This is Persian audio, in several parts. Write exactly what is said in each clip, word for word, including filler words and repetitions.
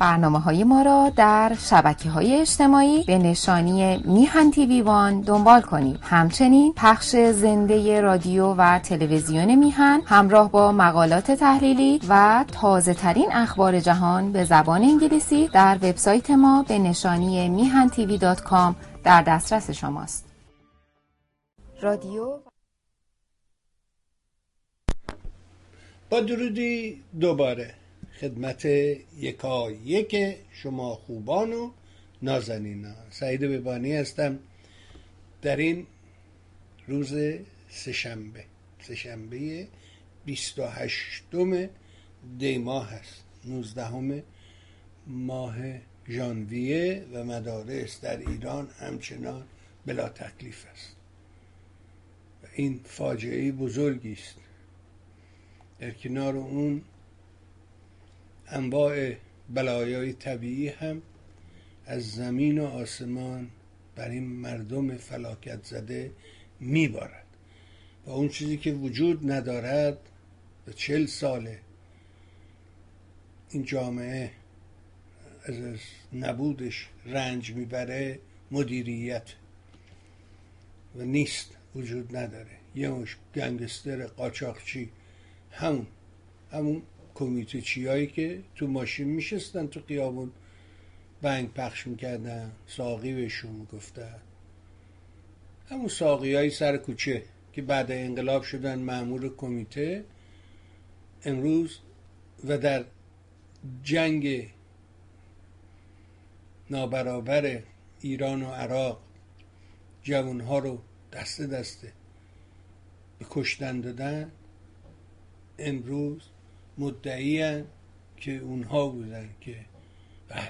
برنامه‌های ما را در شبکه‌های اجتماعی به نشانی میهن تیوی وان دنبال کنید. همچنین پخش زنده رادیو و تلویزیون میهن همراه با مقالات تحلیلی و تازه‌ترین اخبار جهان به زبان انگلیسی در وبسایت ما به نشانی میهن تیوی دات کام در دسترس شماست. رادیو با درودی دوباره خدمت یکا یک شما خوبان و نازنینان. سعید بهبانی هستم در این روز سه‌شنبه سه‌شنبه بیست و هشتم دی ماه هست، نوزدهم ماه ژانویه و مدارس در ایران همچنان بلا تکلیف است و این فاجعه بزرگی است. در کنار اون انواع بلایای طبیعی هم از زمین و آسمان بر این مردم فلاکت زده میبارد و اون چیزی که وجود ندارد و چل ساله این جامعه از نبودش رنج میبره مدیریت و نیست، وجود نداره. یه مش گنگستر قاچاقچی، همون همون کمیته چیایی که تو ماشین میشستن تو خیابون بنگ پخش میکردن، ساقی بهشون میگفتن، همون ساقی های سر کوچه که بعد انقلاب شدن مأمور کمیته، امروز و در جنگ نابرابر ایران و عراق جوانها رو دسته دسته به کشتن دادن، امروز مدعی‌اند که اونها بودن که بله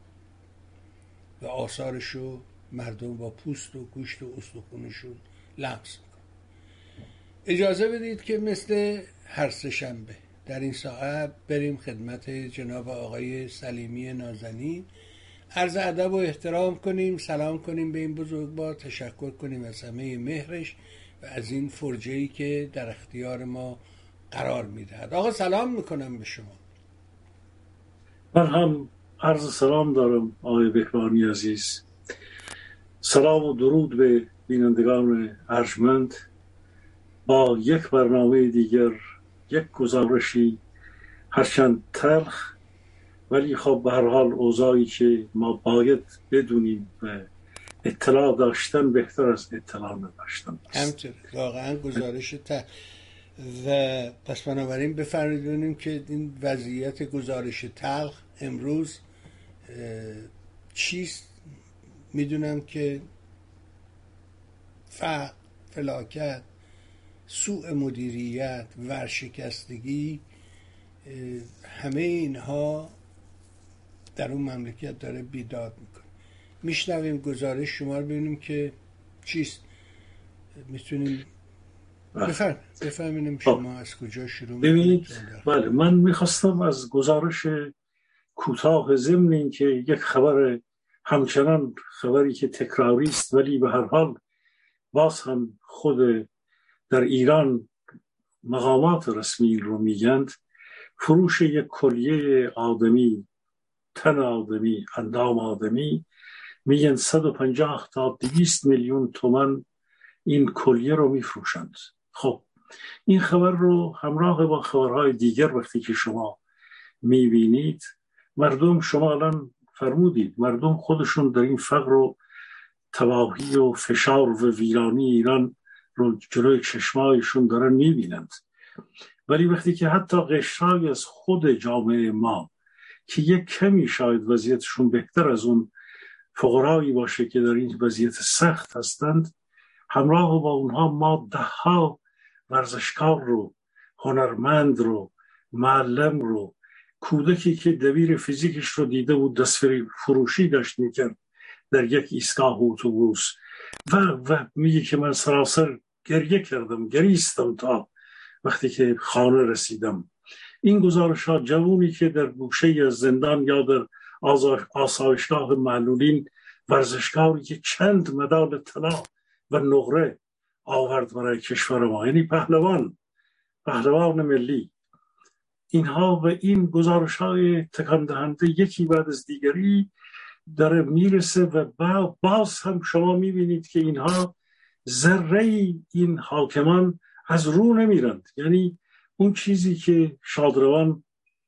و آثارشو مردم با پوست و گوشت و استخونشون لمس میکنن. اجازه بدید که مثل هر سه‌شنبه در این ساعت بریم خدمت جناب آقای سلیمی نازنین، عرض ادب و احترام کنیم، سلام کنیم به این بزرگوار، تشکر کنیم از همه مهرش و از این فرجه‌ای که در اختیار ما قرار میدهد. آقا سلام میکنم به شما. من هم عرض سلام دارم آقای بهبانی عزیز. سلام و درود به بینندگان ارجمند. با یک برنامه دیگر، یک گزارشی هرچند تلخ ولی خب به هر حال اوضاعی که ما باید بدونیم و اطلاع داشتن بهتر از اطلاع نداشتن است. همطور واقعا گزارش تلخ و پس بنابراین بفرمایید که این وضعیت گزارش تلخ امروز چیست. میدونم که فقر، فلاکت، سوء مدیریت، ورشکستگی، همه اینها در اون مملکت داره بیداد میکنه. میشنویم گزارش شما رو ببینیم که چیست. میتونیم بفرم بفرمینم شما از کجا شروع ببینید. بله، من میخواستم از گزارش کوتاه ضمن این که یک خبر همچنان خبری که تکراری است ولی به هر حال باز هم خود در ایران مقامات رسمی رو میگند، فروش یک کلیه آدمی، تن آدمی، اندام آدمی، میگن صد و پنجاه تا دویست میلیون تومان این کلیه رو میفروشند. خب این خبر رو همراه با خبرهای دیگر وقتی که شما میبینید، مردم، شما الان فرمودید، مردم خودشون در این فقر و تباهی و فشار و ویرانی ایران رو جلوی چشمایشون دارن میبینند. ولی وقتی که حتی قشرهایی از خود جامعه ما که یک کمی شاید وضعیتشون بهتر از اون فقرایی باشه که در این وضعیت سخت هستند، همراه با اونها ما ده ها ورزشکار رو، هنرمند رو، معلم رو، کودکی که دبیر فیزیکش رو دیده بود دست فروشی داشت میکرد در یک ایستگاه اتوبوس و و میگه که من سراسر گریه کردم، گریستم تا وقتی که خانه رسیدم. این گزارش ها جوونی که در گوشه از زندان یا در آسایشگاه معلولین، ورزشکاری که چند مدال طلا و نقره آورد برای کشور ما، یعنی پهلوان، پهلوان ملی، اینها و این گزارش های تکان دهنده یکی بعد از دیگری داره میرسه و باز هم شما میبینید که اینها ذره این حاکمان از رو نمیرند. یعنی اون چیزی که شادروان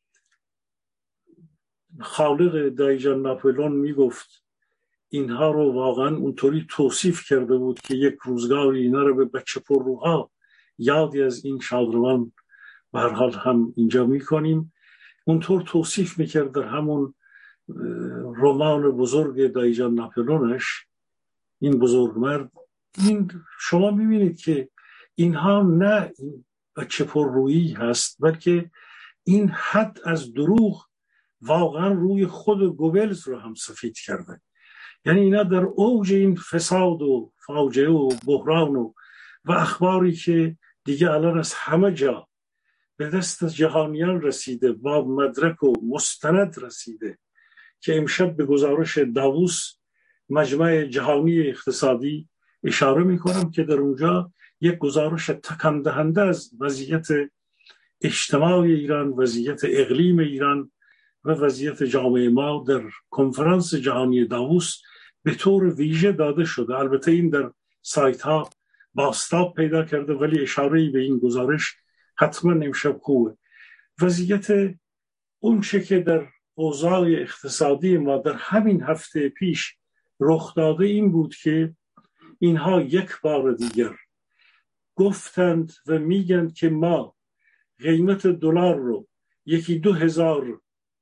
خالق دایجان ناپلئون میگفت اینها رو واقعا اونطوری توصیف کرده بود که یک روزگاری اینا رو به بچه پرروها یادی از این شادروان به هر حال هم اینجا میکنیم. اونطور توصیف میکرد در همون رمان بزرگ دایجان ناپلئونش، این بزرگ مرد. این شما میبینید که اینها نه بچه پررویی هست، بلکه این حد از دروغ واقعا روی خود گوبلز رو هم سفید کرده. یعنی اینا در اوج این فساد و فاجعه و بحران و و اخباری که دیگه الان از همه جا به دست جهانیان رسیده، با مدرک و مستند رسیده، که امشب به گزارش داووس مجمع جهانی اقتصادی اشاره میکنم که در اونجا یک گزارش تکان دهنده از وضعیت اجتماعی ایران، وضعیت اقلیم ایران و وضعیت جامعه ما در کنفرانس جهانی داووس به طور ویژه داده شده. البته این در سایت ها بازتاب پیدا کرده، ولی اشاره‌ای به این گزارش حتما امشب خوبه. وضعیت اون چه که در اوضاع اقتصادی ما در همین هفته پیش رخ داده این بود که اینها یک بار دیگر گفتند و میگن که ما قیمت دلار رو یکی دو هزار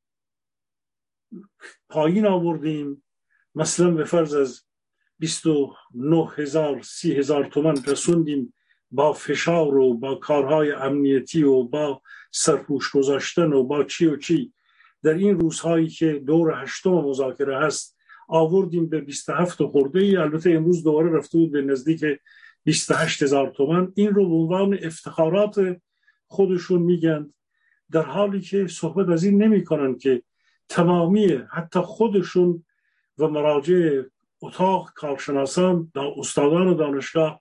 پایین آوردیم، مثلا به فرض از بیست و نه هزار سی هزار تومان رسوندیم، با فشار و با کارهای امنیتی و با سرپوش گذاشتن و با چی و چی در این روزهایی که دور هشتم مذاکره هست آوردیم به بیست و هفت خورده ای. البته امروز دوباره رفته بود به نزدیک بیست و هشت هزار تومان. این رو به عنوان افتخارات خودشون میگن، در حالی که صحبت از این نمی کنن که تمامی حتی خودشون و مراجع اتاق کارشناسان، استادان دانشگاه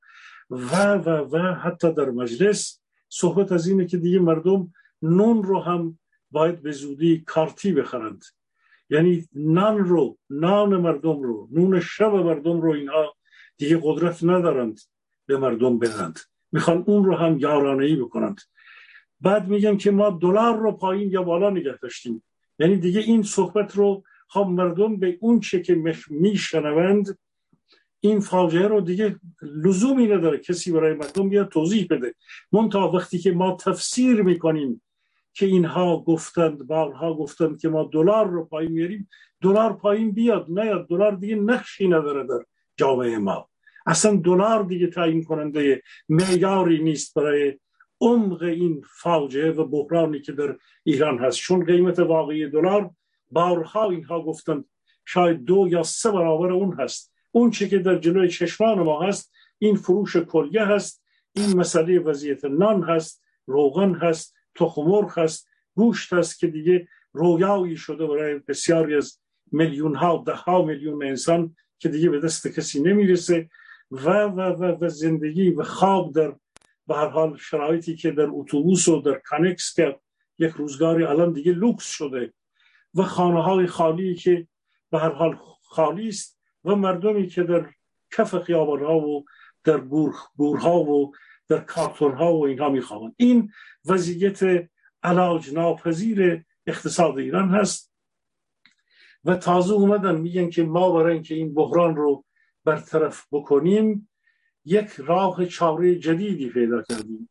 و و و حتی در مجلس صحبت از اینه که دیگه مردم نون رو هم باید به زودی کارتی بخرند. یعنی نان رو، نان مردم رو، نون شب مردم رو اینها دیگه قدرت ندارند به مردم بدند، میخوان اون رو هم یارانه‌ای بکنند. بعد میگن که ما دلار رو پایین یا بالا نگه داشتیم. یعنی دیگه این صحبت رو خب مردم به اون چه که میشنوند، این فاجعه رو دیگه لزومی نداره کسی برای مردم بیاد توضیح بده. منتها وقتی که ما تفسیر میکنیم که اینها گفتند، بارها گفتند که ما دلار رو پایین میاریم، دلار پایین بیاد نیاد، دلار دیگه نقشی نداره در جامعه ما. اصلا دلار دیگه تعیین کننده معیاری نیست برای عمق این فاجعه و بحرانی که در ایران هست، چون قیمت واقعی دلار بارها اینها گفتند شاید دو یا سه برابر اون هست. اون چی که در جلوی چشمان ما هست این فروش کلیه هست، این مسئله وضعیت نان هست، روغن هست، تخم مرغ هست، گوشت هست که دیگه رویایی شده برای بسیاری از میلیون ها، ده ها میلیون انسان که دیگه به دست کسی نمیرسه و و و و زندگی و خواب در به هر حال شرایطی که در اتوبوس و در کانکس که یک روزگاری الان دیگه لوکس شده و خانه های خالی که به هر حال خالی است و مردمی که در کف خیابان ها و در گور گورها و در کارتون ها و اینها میخوابند. این وضعیت علاج ناپذیر اقتصاد ایران هست و تازه اومدن میگن که ما برای اینکه این بحران رو برطرف بکنیم یک راه چاره جدیدی پیدا کردیم.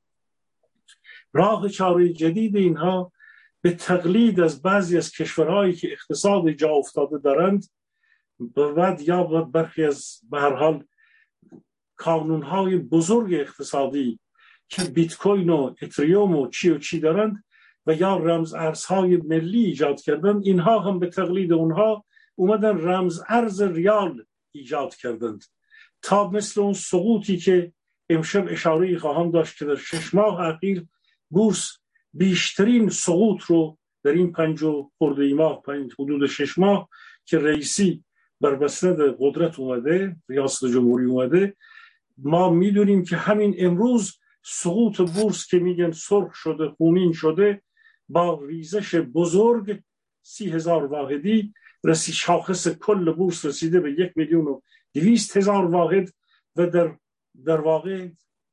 راه چاره جدید اینها به تقلید از بعضی از کشورهایی که اقتصاد جا افتاده دارند بعد یا برخی از به هر حال کانونهای بزرگ اقتصادی که بیت کوین و اتریوم و چی و چی دارند و یا رمز ارزهای ملی ایجاد کردند، اینها هم به تقلید اونها اومدن رمز ارز ریال ایجاد کردند تا مثل اون سقوطی که امشب اشاره‌ای خواهم داشت که در شش ماه اخیر بورس بیشترین سقوط رو در این پنج و خورده ماه، پنج حدود شش ماه که رئیسی بر مسند قدرت اومده، ریاست جمهوری اومده، ما میدونیم که همین امروز سقوط بورس که میگن سرخ شده، خونین شده با ریزش بزرگ سی هزار واحدی رسی شاخص کل بورس رسیده به یک میلیون و دویست هزار واحد و در, در واقع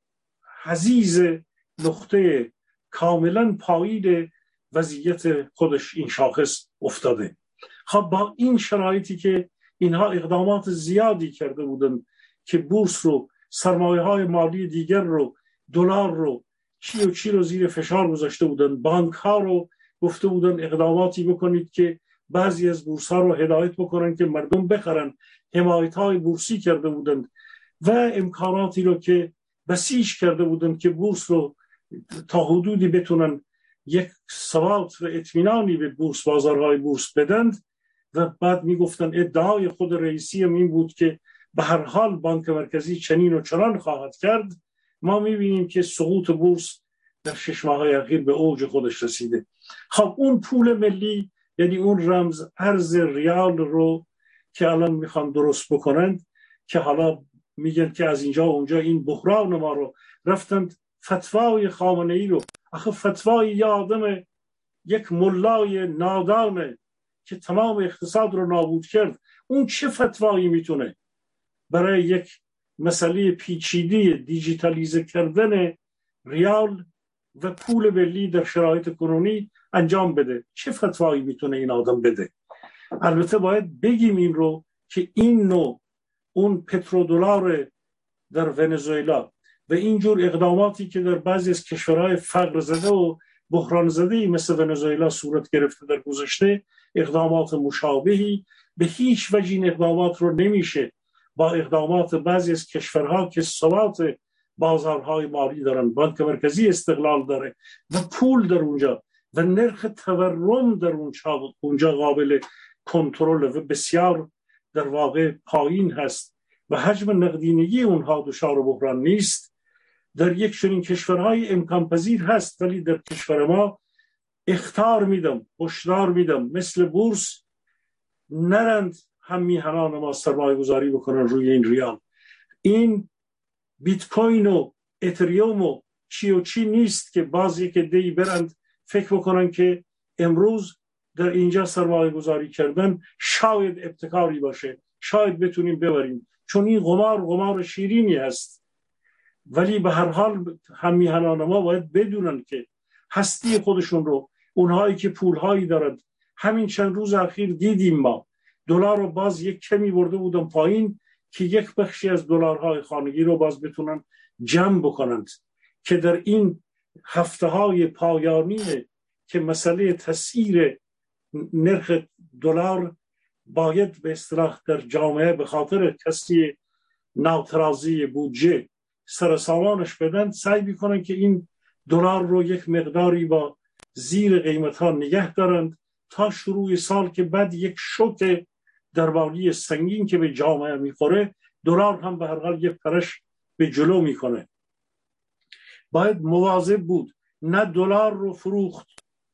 حضیض نقطه کاملا پایین وضعیت خودش این شاخص افتاده. خب با این شرایطی که اینها اقدامات زیادی کرده بودن که بورس رو، سرمایه های مالی دیگر رو، دلار رو، چی و چی رو زیر فشار گذاشته بودن، بانک ها رو گفته بودن اقداماتی بکنید که بعضی از بورس ها رو هدایت بکنن که مردم بخرن، حمایت های بورسی کرده بودن و امکاناتی رو که بسیج کرده بودن که بورس رو تا حدودی بتونن یک ثبات و اطمینانی به بورس، بازارهای بورس بدند. و بعد میگفتن ادعای خود رئیسی هم این بود که به هر حال بانک مرکزی چنین و چنان خواهد کرد. ما میبینیم که سقوط بورس در شش ماه اخیر به اوج خودش رسیده. خب اون پول ملی، یعنی اون رمز ارز ریال رو که الان میخوان درست بکنند، که حالا میگن که از اینجا و اونجا این بحران ما رو رفتند فتوای خامنه‌ای رو، آخه فتوای یه آدم، یک ملای نادانه که تمام اقتصاد رو نابود کرد، اون چه فتوایی میتونه برای یک مسئله پیچیده دیجیتالیزه کردن ریال و پول ملی در شرایط کنونی انجام بده؟ چه فتوایی میتونه این آدم بده؟ البته باید بگیم این رو که این نوع اون پترودلار در ونزوئلا و اینجور اقداماتی که در بعضی از کشورهای فقر زده و بحران زده مثل ونزوئلا صورت گرفته در گذشته، اقدامات مشابهی به هیچ وجه این اقدامات رو نمیشه با اقدامات بعضی از کشورها که ثبات بازارهای مالی دارن، بانک مرکزی استقلال داره و پول در اونجا و نرخ تورم در اونجا قابل کنترل و بسیار در واقع پایین هست و حجم نقدینگی اونها دچار بحران نیست. در یک چنین کشورهای امکان پذیر هست، ولی در کشور ما اخطار میدم، هشدار میدم، مثل بورس نرند هم میهنان ما سرمایه گذاری بکنن روی این ریال. این بیت کوین و اتریوم و چی و چی نیست که بعضی که دی برند فکر بکنن که امروز در اینجا سرمایه گذاری کردن شاید ابتکاری باشه، شاید بتونیم ببریم، چون این قمار قمار شیرینی هست. ولی به هر حال هم میهنان ما باید بدونن که هستی خودشون رو، اونهایی که پولهایی دارند، همین چند روز اخیر دیدیم ما دلار رو باز یک کمی برده بودن پایین که یک بخشی از دلارهای خانگی رو باز بتونن جمع بکنند، که در این هفته های پایانی که مسئله تسعیر نرخ دلار باید به اصطلاح در جامعه به خاطر کسری ناترازی بودجه سر سامانش بدن، سعی میکنن که این دلار رو یک مقداری با زیر قیمت ها نگه دارند تا شروع سال که بعد یک شوک درباری سنگین که به جامعه میخوره، دلار هم به هر حال یک پرش به جلو میکنه. باید مواظب بود، نه دلار رو فروخت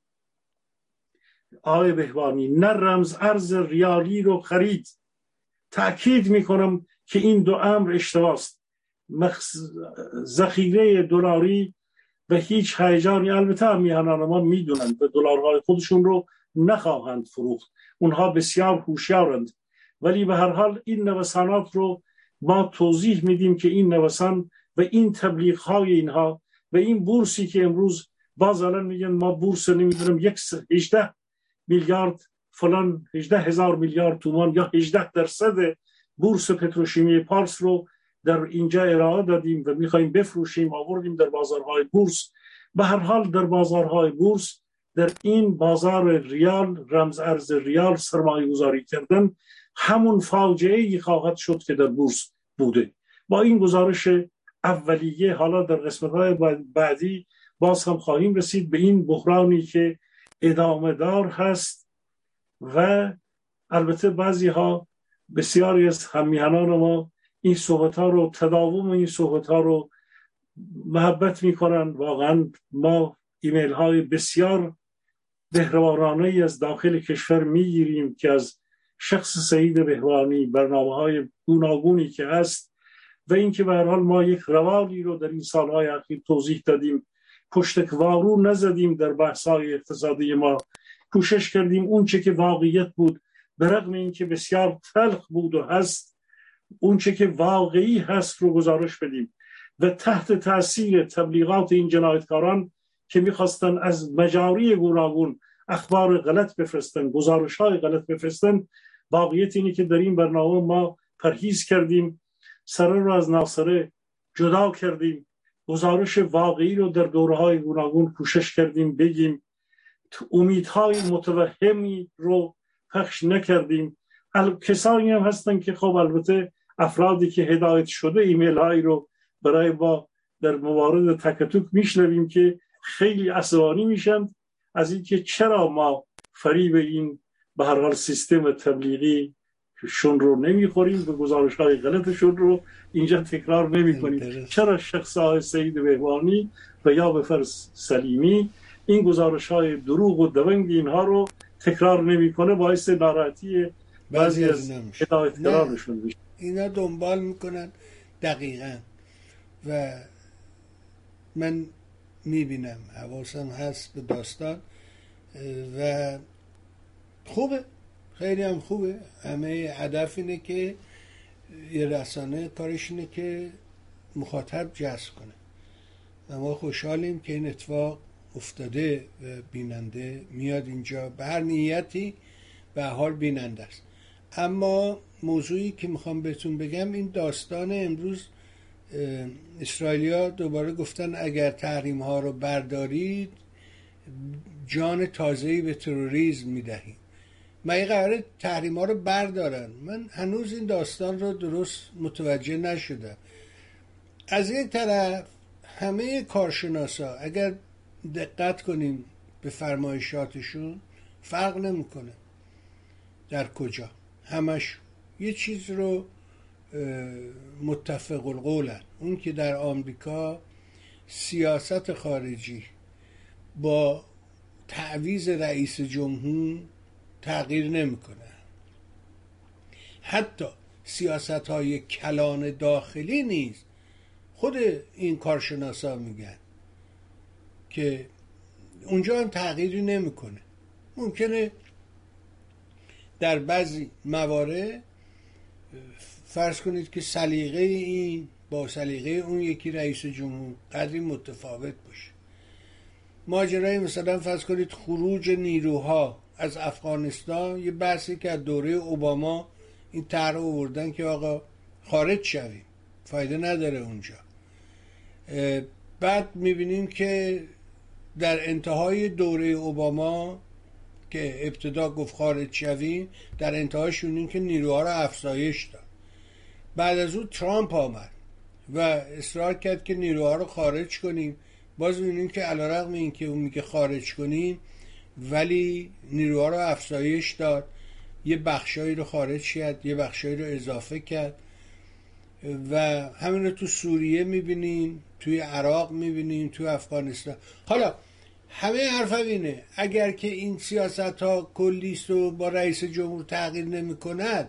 آقای بهبانی، نه رمز ارز ریالی رو خرید. تأکید میکنم که این دو امر اشتباست. مخص... ذخیره دلاری و هیچ هیجانی، البته هم میهنان ما میدونند و دلارهای خودشون رو نخواهند فروخت، اونها بسیار هوشیارند، ولی به هر حال این نوسانات رو ما توضیح میدیم که این نوسان و این تبلیغ های اینها و این بورسی که امروز باز الان میگن ما بورس نمیدونم یک هجده میلیارد فلان هجده هزار میلیارد تومان یا هجده درصد بورس پتروشیمی پارس رو در اینجا ارائه دادیم و میخوایم بفروشیم، آوردیم در بازارهای بورس. به هر حال در بازارهای بورس، در این بازار ریال، رمز ارز ریال سرمایه گذاری کردن همون فاجعه‌ای خواهد شد که در بورس بوده. با این گزارش اولیه حالا در قسمت‌های بعدی باز هم خواهیم رسید به این بحرانی که ادامه دار هست و البته بعضی ها، بسیاری از همیهنان ما این صحبت ها رو، تداوم این صحبت ها رو محبت میکنن. واقعا ما ایمیل های بسیار بهروارانه از داخل کشور میگیریم که از شخص سعید بهبانی، برنامه های گوناگونی که هست و اینکه به هر حال ما یک روالی رو در این سالهای اخیر توضیح دادیم، پشتک وارو نزدیم در بحث‌های اقتصادی ما. کوشش کردیم اون چه که واقعیت بود، به رغم این که بسیار تلخ بود و هست، اون چه که واقعی هست رو گزارش بدیم و تحت تاثیر تبلیغات این جنایتکاران که میخواستن از مجاری گوناگون اخبار غلط بفرستن، گزارش‌های غلط بفرستن، واقعیت اینه که در این برنامه ما پرهیز کردیم، سره رو از ناسره جدا کردیم، گزارش واقعی رو در دوره‌های گوناگون کوشش کردیم بگیم، امیدهای متوهمی رو پخش نکردیم. کسانی هم هستن که خب البته افرادی که هدایت شده ایمیل هایی رو برای با در موارد تکتک میشنویم که خیلی عصبانی میشن از اینکه چرا ما فریب این به هر حال سیستم تبلیغی شون رو نمیخوریم و گزارش های غلطشون رو اینجا تکرار نمی کنیم. چرا شخص های سید بهبانی و یا به فرض سلیمی این گزارش های دروغ و دونگ اینها رو تکرار نمی کنه، باعث ناراحتی بعضی از هدایتگرانشون میشه. اینا دنبال میکنن دقیقاً و من میبینم، حواسم هست به داستان و خوبه، خیلی هم خوبه. همه هدف اینه که یه رسانه کارش اینه که مخاطب جذب کنه و ما خوشحالیم که این اتفاق افتاده و بیننده میاد اینجا به هر نیتی به حال بیننده است. اما موضوعی که میخوام بهتون بگم این داستان امروز اسرائیلیا دوباره گفتن اگر تحریم ها رو بردارید جان تازه‌ای به تروریسم میدهید. مگه قراره تحریم ها رو بردارن؟ من هنوز این داستان رو درست متوجه نشدم. از یک طرف همه کارشناسا اگر دقت کنیم به فرمایشاتشون فرق نمیکنه در کجا، همش یه چیز رو متفق القولن، اون که در آمریکا سیاست خارجی با تعویض رئیس جمهور تغییر نمیکنه. حتی سیاست های کلان داخلی نیز خود این کارشناسا میگن که اونجا هم تغییری نمیکنه. ممکنه در بعضی موارد فرض کنید که سلیقه این با سلیقه اون یکی رئیس جمهور قدری متفاوت باشه. ماجرای مثلا فرض کنید خروج نیروها از افغانستان، یه بحثی که از دوره اوباما این طرح آوردن که آقا خارج شویم، فایده نداره اونجا. بعد میبینیم که در انتهای دوره اوباما که ابتدا گفت خارج شویم، در انتهاش شدیم که نیروها رو افزایش داد. بعد از اون ترامپ آمد و اصرار کرد که نیروها رو خارج کنیم. باز می‌بینیم که علیرغم این که اون میگه خارج کنیم ولی نیروها رو افزایش داد، یه بخشایی رو خارج کرد، یه بخشایی رو اضافه کرد و همین رو تو سوریه می‌بینیم، توی عراق می‌بینیم، توی افغانستان. حالا همه حرف اینه اگر که این سیاست ها کلیست و با رئیس جمهور تغییر نمی کند،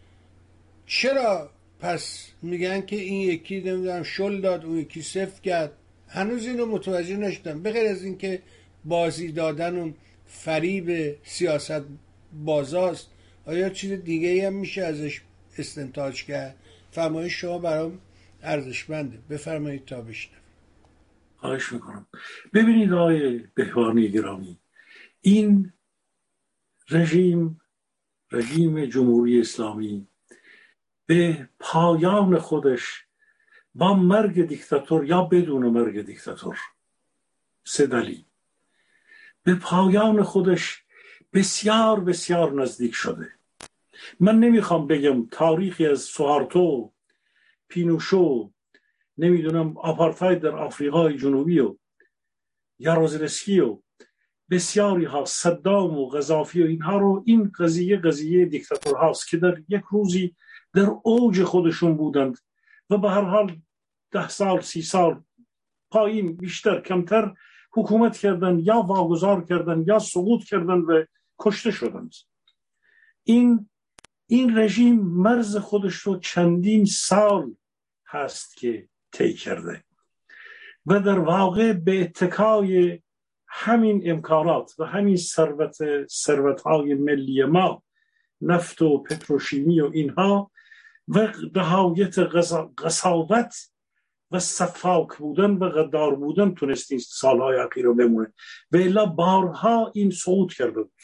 چرا پس میگن که این یکی نمیدونم شل داد اون یکی صفر کرد؟ هنوز اینو متوجه نشدم. بغیر از این که بازی دادن و فریب سیاست بازاست، آیا چیز دیگه ای هم میشه ازش استنتاج کرد؟ فرمایش شما برام ارزشمنده، بفرمایید تا بشنویم. خواهش میکنم. ببینید آقای بهبانی گرامی، این رژیم رژیم جمهوری اسلامی به پایان خودش با مرگ دیکتاتور یا بدون مرگ دیکتاتور، سه دلیل، به پایان خودش بسیار بسیار نزدیک شده. من نمیخوام بگم تاریخی از سوهارتو، پینوشو، نمیدونم آپارتاید در آفریقای جنوبی و یاروزلسکی و بسیاری ها، صدام و قذافی و اینها رو، این قضیه قضیه دیکتاتور هاست که در یک روزی در اوج خودشون بودند و به هر حال ده سال سی سال پایین بیشتر کمتر حکومت کردن یا واگذار کردن یا سقوط کردن و کشته شدند. این این رژیم مرز خودش رو چندین سال هست که طی کرده و در واقع به اتکای همین امکانات و همین ثروت ثروت‌های ملی ما، نفت و پتروشیمی و اینها، و نهایت قساوت و صفاک بودن و غدار بودن تونست این سالهای اخیر رو بمونه و الا بارها این صعود کرده بود.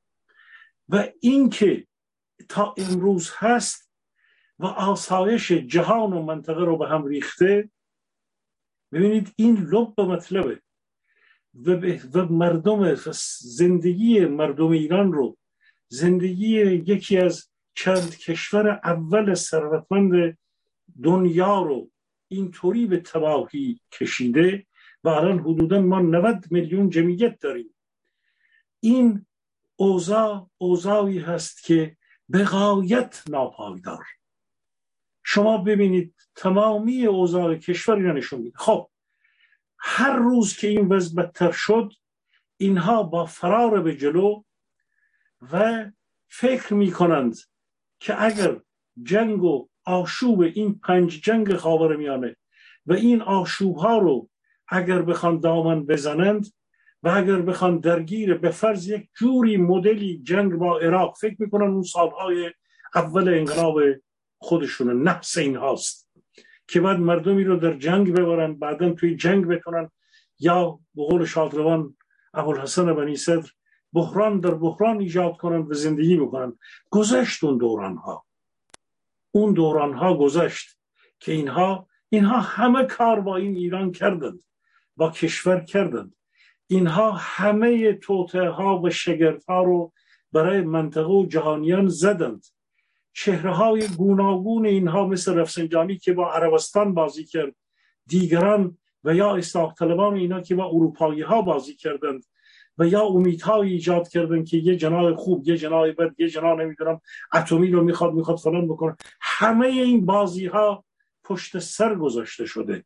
و این که تا امروز هست و آسایش جهان و منطقه رو به هم ریخته، ببینید این لب مطلبه و, و مردم زندگی مردم ایران رو، زندگی یکی از چند کشور اول ثروتمند دنیا رو اینطوری به تباهی کشیده و الان حدوداً ما نود میلیون جمعیت داریم. این اوضاع اوضاعی هست که به غایت ناپایدار. شما ببینید تمامی اوضاع کشور را نشون میده. خب هر روز که این وضع بدتر شد، اینها با فرار به جلو و فکر میکنند که اگر جنگ و آشوب این پنج جنگ خاورمیانه و این آشوب ها رو اگر بخوان دامن بزنند و اگر بخوان درگیر به فرض یک جوری مدلی جنگ با عراق، فکر میکنن اون سالهای اول انقلاب خودشون نفس این هاست که بعد مردمی رو در جنگ ببرن، بعدن توی جنگ بتونن یا به قول شادروان ابوالحسن بنی صدر بحران در بحران ایجاد کنن و زندگی بکنن. گذشت اون دوران ها، اون دوران ها گذشت که اینها اینها همه کار با این ایران کردند، با کشور کردند. اینها همه توطئه ها و شگرد ها رو برای منطقه و جهانیان زدند. چهره های گوناگون اینها مثل رفسنجانی که با عربستان بازی کرد، دیگران و یا اصلاح طلبان اینا که با اروپایی ها بازی کردند و یا امیدهای ایجاد کردن که یه جناح خوب، یه جناح بد، یه جناح نمیدونم اتمی رو میخواد میخواد فلان بکنه. همه این بازی ها پشت سر گذاشته شده.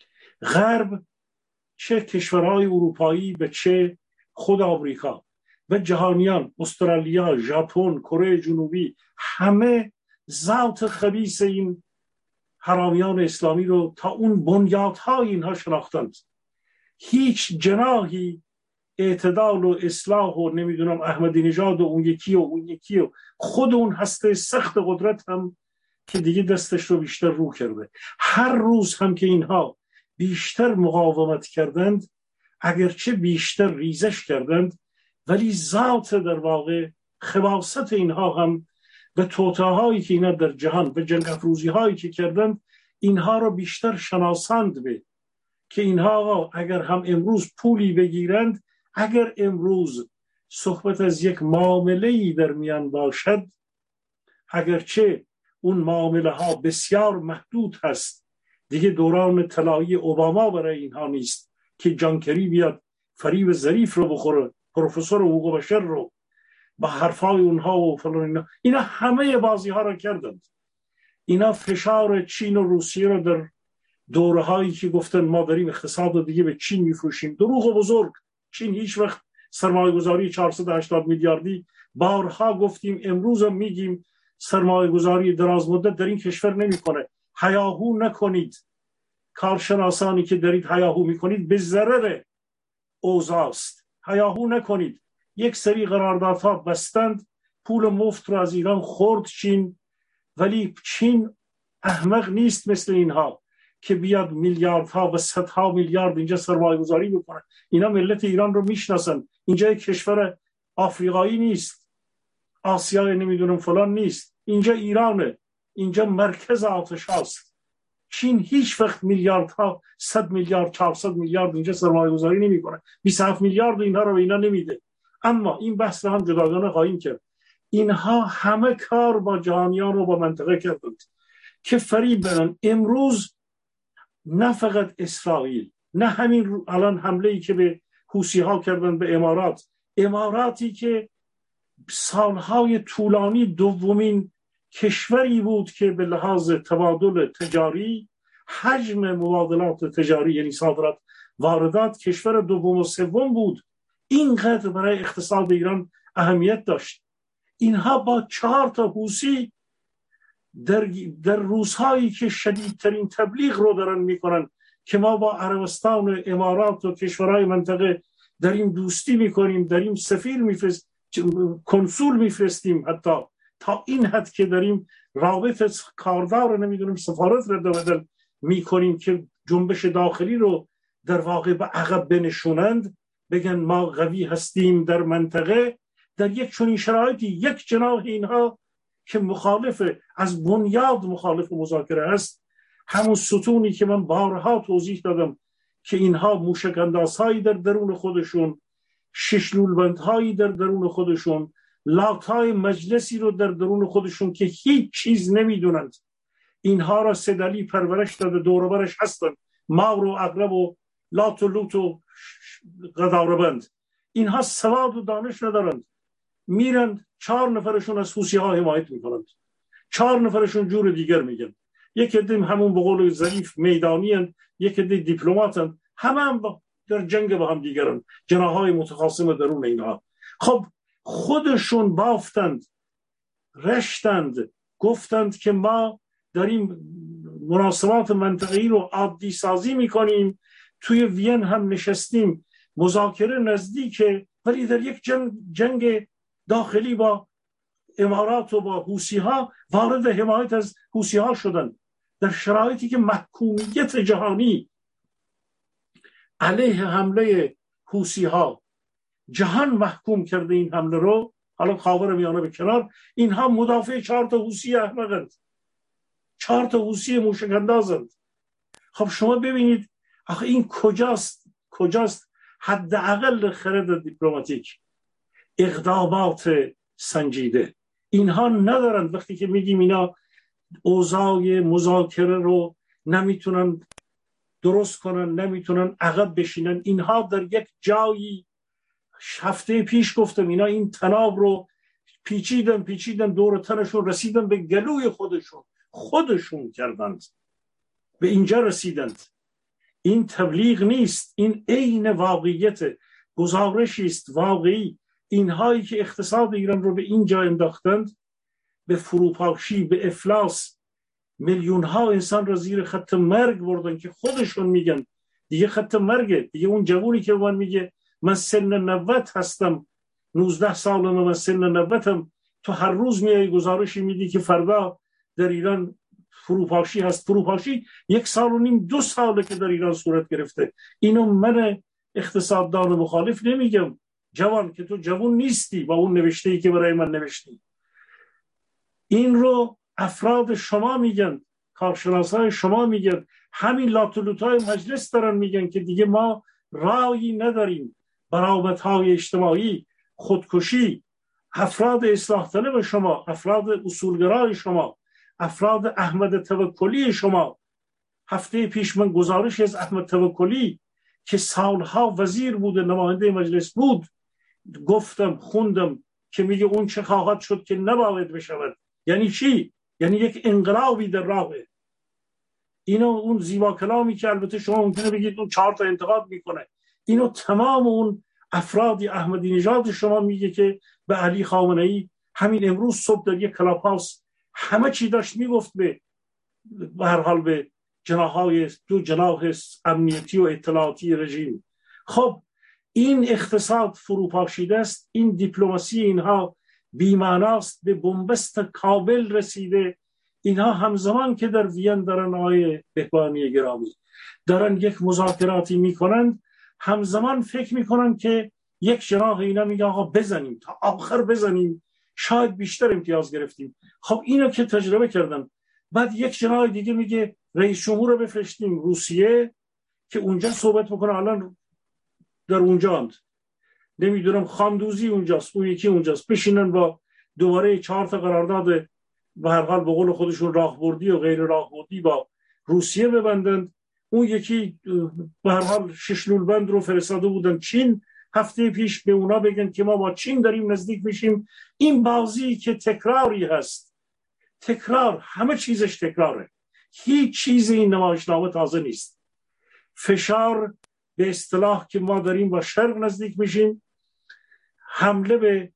غرب، چه کشورهای اروپایی به چه خود آمریکا و جهانیان، استرالیا، ژاپن، کره جنوبی، همه ذات خبیث این حرامیان اسلامی رو تا اون بنیادهای اینها شناختند. هیچ جناحی اعتدال و اصلاح و نمیدونم احمدی نژاد و اون یکی و اون یکی و خود اون هسته سخت قدرت هم که دیگه دستش رو بیشتر رو کرده. هر روز هم که اینها بیشتر مقاومت کردند، اگرچه بیشتر ریزش کردند، ولی ذات در واقع خباثت اینها هم و توطئه هایی که اینا در جهان و جنگ افروزی هایی که کردند، اینها رو بیشتر شناساند به که اینها اگر هم امروز پولی بگیرند، اگر امروز صحبت از یک معامله‌ای در میان باشد، اگرچه اون معامله ها بسیار محدود هست، دیگه دوران طلایی اوباما برای اینها نیست که جان کری بیاد فریب ظریف رو بخوره، پروفسور حقوق بشر رو با حرفای اونها و فلان اینا. اینا همه بازی ها رو کردند. اینا فشار چین و روسیه رو در دوره هایی که گفتن ما داریم اقتصاد رو دیگه به چین میفروشیم، دروغ بزرگ. چین هیچ وقت سرمایه گذاری چهارصد و هشتاد میلیاردی، بارها گفتیم، امروز هم میگیم، سرمایه گذاری دراز مدت در این کشور نمیکنه. هیاهو نکنید. کارشناسانی که دارید هیاهو میکنید به ضرر اوضاع است. هیاهو نکنید. یک سری قراردادها بستند، پول مفت رو از ایران خورد چین، ولی چین احمق نیست مثل اینها که بیاد میلیاردها و صدها میلیارد اینجا سرمایه گذاری بکنه. اینا ملت ایران رو میشناسن. اینجا یک کشور آفریقایی نیست، آسیای نمیدونم فلان نیست، اینجا ایرانه، اینجا مرکز آتش هاست. چین هیچ وقت میلیاردها، صد میلیارد، چهارصد میلیارد اینجا سرمایه گذاری نمی کنه. بیست و هفت میلیارد اینها رو اینا نمیده. اما این بحث رو هم جداگانه خواهیم کرد. اینها همه کار با جهانیان رو با منطقه کردند که فریب بدن. امروز نه فقط اسرائیل، نه همین الان حمله‌ای که به حوثی ها کردن به امارات، اماراتی که سالهای طولانی دومین کشوری بود که به لحاظ تبادل تجاری، حجم مبادلات تجاری یعنی صادرات واردات، کشور دوم و سوم بود، اینقدر برای اقتصاد ایران اهمیت داشت. اینها با چهار تا حوثی در, در روزهایی که شدیدترین تبلیغ رو دارن میکنن که ما با عربستان و امارات و کشورهای منطقه داریم دوستی میکنیم، داریم سفیر میفرست، کنسول میفرستیم، حتی تا این حد که داریم رابط کاردار رو نمیدونیم سفارت رو بدل میکنیم که جنبش داخلی رو در واقع به عقب بنشونند، بگن ما قوی هستیم در منطقه. در یک چنین شرایطی یک جناح اینها که مخالف، از بنیاد مخالف مذاکره است، همون ستونی که من بارها توضیح دادم که اینها موشک اندازهایی در درون خودشون، شش لولبندهایی در درون خودشون، لاتای مجلسی رو در درون خودشون که هیچ چیز نمیدونند، اینها را سدلی پرورش داده، دوربرش هستند، مار و عقرب و لات و لوت و قداربند. اینها سواد و دانش ندارند، میرند چهار نفرشون از حوثی ها حمایت میکنند، چهار نفرشون جور دیگر میگن، یک عده همون به قول ظریف میدانی هستند، یک عده دیپلمات هستند، همه هم در جنگ با هم دیگرند، جناحهای متخاصم درون اینها. خب خودشون بافتند، رشتند، گفتند که ما داریم مناسبات منطقه‌ای رو عادی سازی میکنیم، توی وین هم نشستیم، مذاکره نزدیکه، ولی در یک جنگ, جنگ داخلی با امارات و با حوثی ها وارد حمایت از حوثی ها شدن، در شرایطی که محکومیت جهانی علیه حمله حوثی ها، جهان محکوم کرده این حمله رو. حالا خاور میانه به کنار، اینها مدافع چهار تا حوثی احمقند، چهار تا حوثی موشک اندازند. خب شما ببینید آخه این کجاست کجاست حداقل خرد دیپلماتیک، اقدامات سنجیده اینها ندارند. وقتی که میگیم اینا اوضاع مذاکره رو نمیتونن درست کنن، نمیتونن عقب بشینن، اینها در یک جایی، هفته پیش گفتم، اینا این تناب رو پیچیدن پیچیدن دور تنشون، رسیدن به گلوی خودشون خودشون کردند، به اینجا رسیدند. این تبلیغ نیست، این عین واقعیت، گزارشی است واقعی. اینهایی که اقتصاد ایران رو به اینجا انداختند، به فروپاشی، به افلاس، میلیون ها انسان را زیر خط مرگ بردن که خودشون میگن دیگه خط مرگه. دیگه اون جوونی که من میگه من سن نوت هستم، نوزده سالم، من سن نوتم، تو هر روز میای گزارشی میدی که فردا در ایران فروپاشی هست. فروپاشی یک سال و نیم دو ساله که در ایران صورت گرفته. اینو من اقتصاددان مخالف نمیگم، جوان که تو جوان نیستی با اون نوشته‌ای که برای من نوشتی. این رو افراد شما میگن، کارشناسای شما میگن، همین لاتولوتای مجلس دارن میگن که دیگه ما رایی نداریم. برآمدهای اجتماعی، خودکشی، افراد اصلاح طلب شما، افراد اصولگرای شما، افراد احمد توکلی شما. هفته پیش من گزارش از احمد توکلی که سالها وزیر بود، نماینده مجلس بود، گفتم خوندم که میگه اون چه خواهد شد که نباید بشود. یعنی چی؟ یعنی یک انقلابی در راهه. اینو اون زیبا کلامی که البته شما ممکنه بگید اون چهار تا انتقاد میکنه، اینو تمام اون افرادی احمدی نژاد شما میگه که به علی خامنه‌ای همین امروز صبح در یک کلاب هاوس همه چی داشت میگفت به به هر حال به جناحهای دو جناح امنیتی و اطلاعاتی رژیم. خب این اقتصاد فروپاشیده است، این دیپلماسی اینها بی‌معناست، به بنبست کابل رسیده. اینها همزمان که در وین دارن، آقای بهبانی گرامی، دارن یک مذاکراتی میکنند، همزمان فکر میکنن که یک جناح اینا میگه آقا بزنیم تا آخر بزنیم، شاید بیشتر امتیاز گرفتیم. خب اینو که تجربه کردن. بعد یک جناح دیگه میگه رئیس جمهور رو بفرستیم روسیه که اونجا صحبت بکنه، الان در اونجاند، نمیدونم خاندوزی اونجاست، اون یکی اونجاست، بشینن با دوباره چهار تا قرارداد به هر حال به قول خودشون راهبردی و غیر راهبردی با روسیه ببندند. اون یکی به هر حال شش لولبند رو فرستاده بودن چین، هفته پیش به اونا بگن که ما با چین داریم نزدیک میشیم. این بازی که تکراری هست، تکرار، همه چیزش تکراره، هیچ چیز این نمایشنامه تازه نیست. فشار به اصطلاح که ما داریم با شرق نزدیک میشیم، حمله به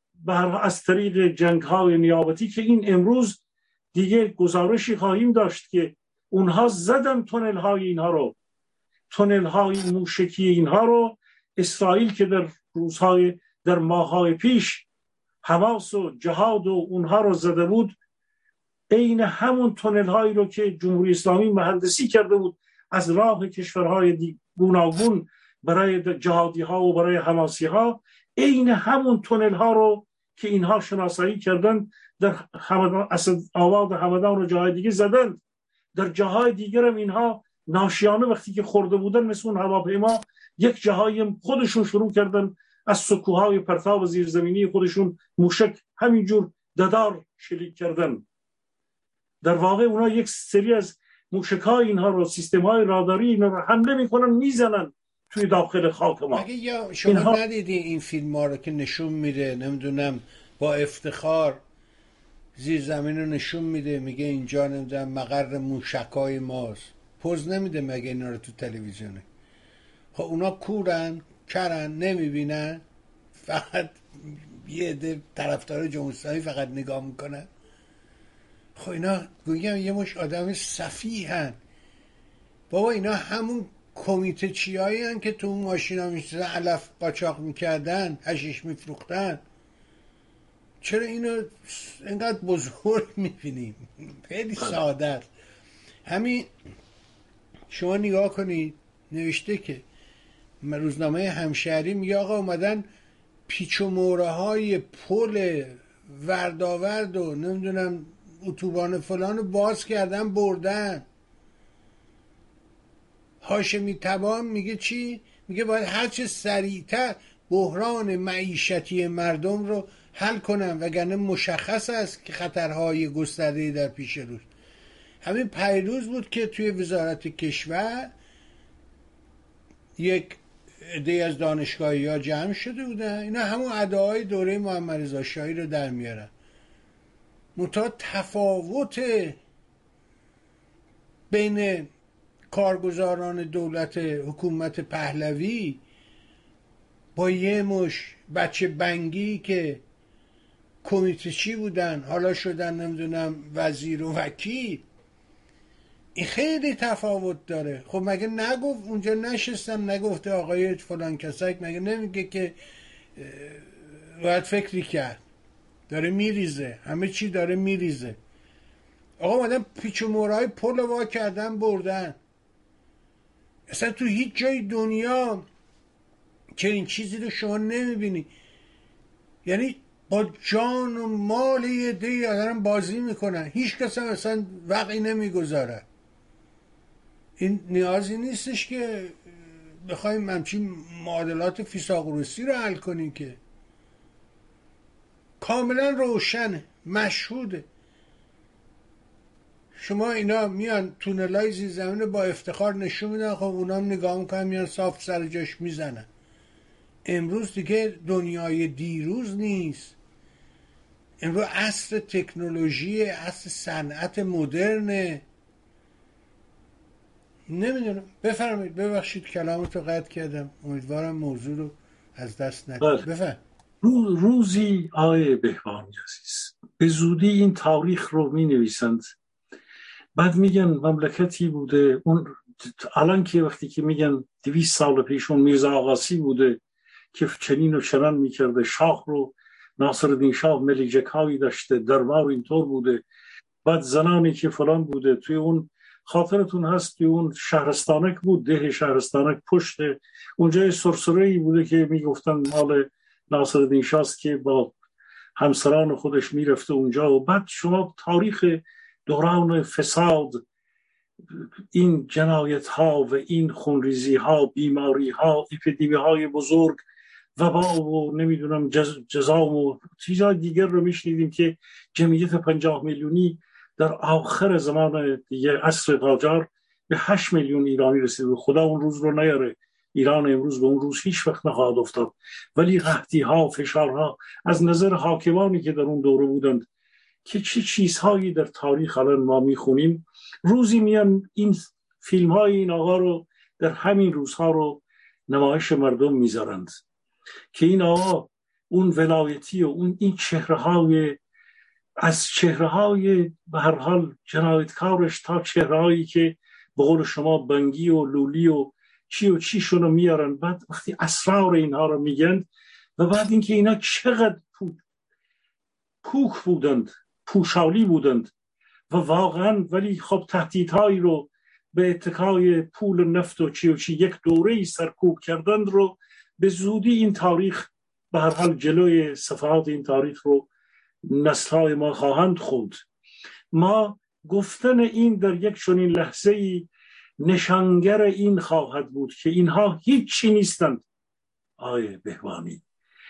از طریق جنگ‌های نیابتی که این امروز دیگه گزارشی خواهیم داشت که اونها زدن تونل‌های اینها رو، تونل های موشکی اینها رو اسرائیل که در روزهای در ماه‌های پیش حماس و جهاد و اونها رو زده بود، عین همون تونل هایی رو که جمهوری اسلامی مهندسی کرده بود از راه کشورهای گوناگون برای جهادی ها و برای حماسی ها، عین همون تونل ها رو که اینها شناسایی کردن در همدان، اسدآباد همدان و جاهای دیگه زدن. در جاهای دیگر هم اینها ناشیانه وقتی که خورده بودن مثل اون هواپیما، یک جاهایی خودشون شروع کردن از سکوهای پرتاب زیرزمینی خودشون موشک همینجور ددار شلیک کردن. در واقع اونا یک سری از موشک‌های اینها رو، سیستم‌های راداری اینا رو حمله میکنن، میزنن توی داخل خاک ما. مگه یا شما اینها... ندیدی این فیلم ها رو که نشون میده نمیدونم با افتخار زیر زمین رو نشون میده، میگه اینجا نمیدونم مقر موشکای ماست، پوز نمیده مگه اینا رو تو تلویزیونه؟ خب اونا کورن کرن نمیبینن، فقط یه عده طرفدار جمهوری اسلامی فقط نگاه میکنن. خب اینا گویم یه مش آدم سفیهن بابا. اینا همون کمیته چیایی هن که تو اون ماشینا میشتن علف قاچاق میکردن، حشیش میفروختن. چرا اینو اینقدر بزرگ میبینیم؟ خیلی ساده است. همین شما نگاه کنید، نوشته که روزنامه همشهری میگه آقا اومدن پیچ و موره های پل ورداورد و نمیدونم اتوبان فلان باز کردن بردن. هاشمی تبان میگه چی؟ میگه باید هرچه سریعتر بحران معیشتی مردم رو حل کنن وگرنه مشخص است که خطرهای گسترده در پیش روست. همین پیروز بود که توی وزارت کشور یک عده از دانشگاهی ها جمع شده بودن، اینا همون ادعای دوره محمد رضا شاهی رو در میارن. منتها تفاوت بین کارگزاران دولت حکومت پهلوی با یه مش بچه بنگی که کمیته چی بودن حالا شدن نمیدونم وزیر و وکیل، این خیلی تفاوت داره. خب مگه نگفت اونجا نشستم نگفته آقای فلان کسک؟ مگه نمیگه که باید فکری کرد؟ داره میریزه، همه چی داره میریزه. آقا مادم پیچ و مورای پل وا کردن بردن. اصلا تو هیچ جای دنیا که این چیزی رو شما نمیبینی. یعنی با جان و مال یه دی دارن بازی میکنن، هیچ کس هم اصلا وقعی نمیگذاره. این نیازی نیستش که بخوایم همچین معادلات فیثاغورسی رو حل کنیم، که کاملا روشنه، مشهوده. شما اینا میان تونلای زیر زمین با افتخار نشون میدن، خب اونا هم نگاه میکنن میان صاف سر جاش میزنن. امروز دیگه دنیای دیروز نیست. امروز عصر تکنولوژی، عصر صنعت مدرنه. نمیدونم، بفرمایید. ببخشید کلامتو قطع کردم، امیدوارم موضوع رو از دست ندید. بفرمایید. روزی آقای بهبانی عزیز به زودی این تاریخ رو می نویسند، بعد میگن مملکتی بوده اون الان که وقتی که میگن دویست سال پیش اون میرزا آقاسی بوده که چنین و چنان میکرده، شاه رو ناصرالدین شاه ملیجک‌هایی داشته، دربار اینطور بوده، بعد زنانی که فلان بوده. توی اون خاطرتون هست توی اون شهرستانک بود، ده شهرستانک پشت اونجای سرسره‌ای بوده که میگفتن مال ناصرالدین شاه است که با همسران خودش میرفته اونجا. و بعد شما تاریخ دوران فساد، این جنایت ها و این خونریزی ها، بیماری ها، اپیدمی های بزرگ، وبا و نمیدونم جز، جزام و چیزهای دیگر رو میشنیدیم که جمعیت پنجاه میلیونی در آخر زمان دیگه عصر قاجار به هشت میلیون ایرانی رسید. خدا اون روز رو نیاره، ایران امروز به اون روز هیچ وقت نخواهد افتاد. ولی قحطی ها، فشارها از نظر حاکمانی که در اون دوره بودند که چه چیزهایی در تاریخ الان ما میخونیم، روزی میان این فیلم های این آقا رو در همین روزها رو نمایش مردم میذارند که این آقا اون ولایتی و اون این چهره های از چهره های به هر حال جنایتکارش تا چهره هایی که به قول شما بنگی و لولی و چی و چیشون رو میارن، بعد وقتی اسرار اینها رو میگن و بعد اینکه اینا چقدر پوک بودند، پوشالی بودند و واقعا، ولی خب تهدیدهایی رو به اتکای پول نفت و چی و چی یک دوره‌ای سرکوب کردند رو به زودی این تاریخ به هر حال جلوی صفحات این تاریخ رو نسل‌های ما خواهند خوند. ما گفتن این در یک چنین لحظه‌ای نشانگر این خواهد بود که اینها هیچی نیستند. آیه بهبانی،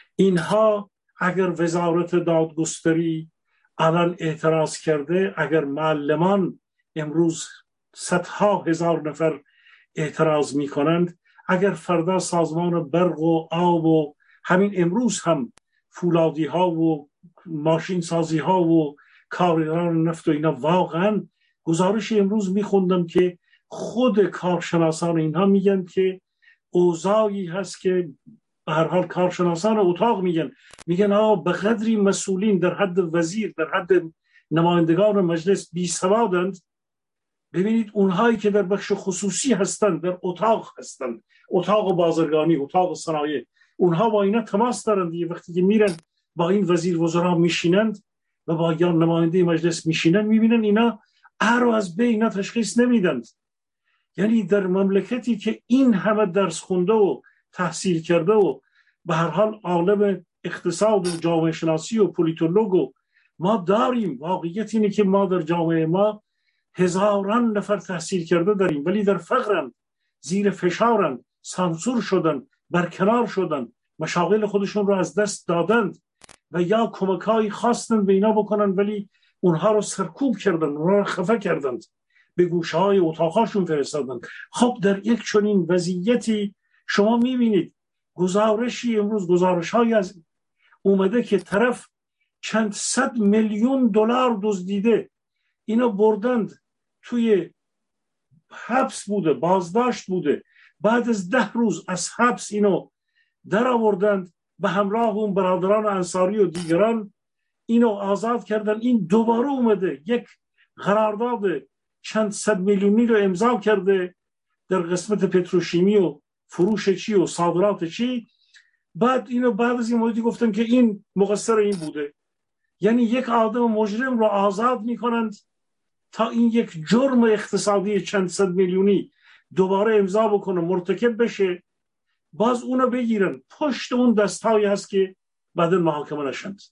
اینها اگر وزارت دادگستری الان اعتراض کرده، اگر معلمان امروز صدها هزار نفر اعتراض می کنند، اگر فردا سازمان برق و آب و همین امروز هم فولادی ها و ماشین سازی ها و کارگران نفت و اینا، واقعا گزارش امروز می خوندم که خود کارشناسان اینها میگن که اوضاعی هست که به هر حال کارشناسان اتاق میگن میگن آه به قدری مسئولین در حد وزیر، در حد نمایندگان مجلس بی سوادند. ببینید اونهایی که در بخش خصوصی هستند، در اتاق هستند، اتاق بازرگانی، اتاق صنایع، اونها با اینا تماس دارند. یه وقتی که میرن با این وزیر وزرا میشینند و با یا نماینده مجلس میشینند، میبینن اینا ار و از به اینا تشخیص نمیدند. یعنی در مملکتی که این همه درس خونده و تحصیل کرده و به هر حال عالم اقتصاد و جامعه شناسی و پولیتولوگ و ما داریم، واقعیت اینه که ما در جامعه ما هزاران نفر تحصیل کرده داریم، ولی در فقرن، زیر فشارن، سانسور شدن، برکنار شدن، مشاغل خودشون رو از دست دادند و یا کمکایی خواستن به اینا بکنن ولی اونها رو سرکوب کردن، اونها رو خفه کردند، به گوشهای اتاقاشون فرستادند. خب در یک چنین وضعیتی شما میبینید گزارشی امروز، گزارش های از اومده که طرف چند صد میلیون دلار دزدیده، اینا بردند توی حبس بوده، بازداشت بوده، بعد از ده روز از حبس اینو در آوردند به همراه اون برادران انصاری و دیگران، اینو آزاد کردن. این دوباره اومده یک قرارداد چند صد میلیونی رو امضا کرده در قسمت پتروشیمی و فروش چی و صادرات چی. بعد اینو بعد از این موردی گفتن که این مقصر این بوده. یعنی یک آدم مجرم رو آزاد میکنند تا این یک جرم اقتصادی چند صد میلیونی دوباره امضا بکنه، مرتکب بشه، باز اونو بگیرن. پشت اون دستایی هست که بعد محاکمه نشند.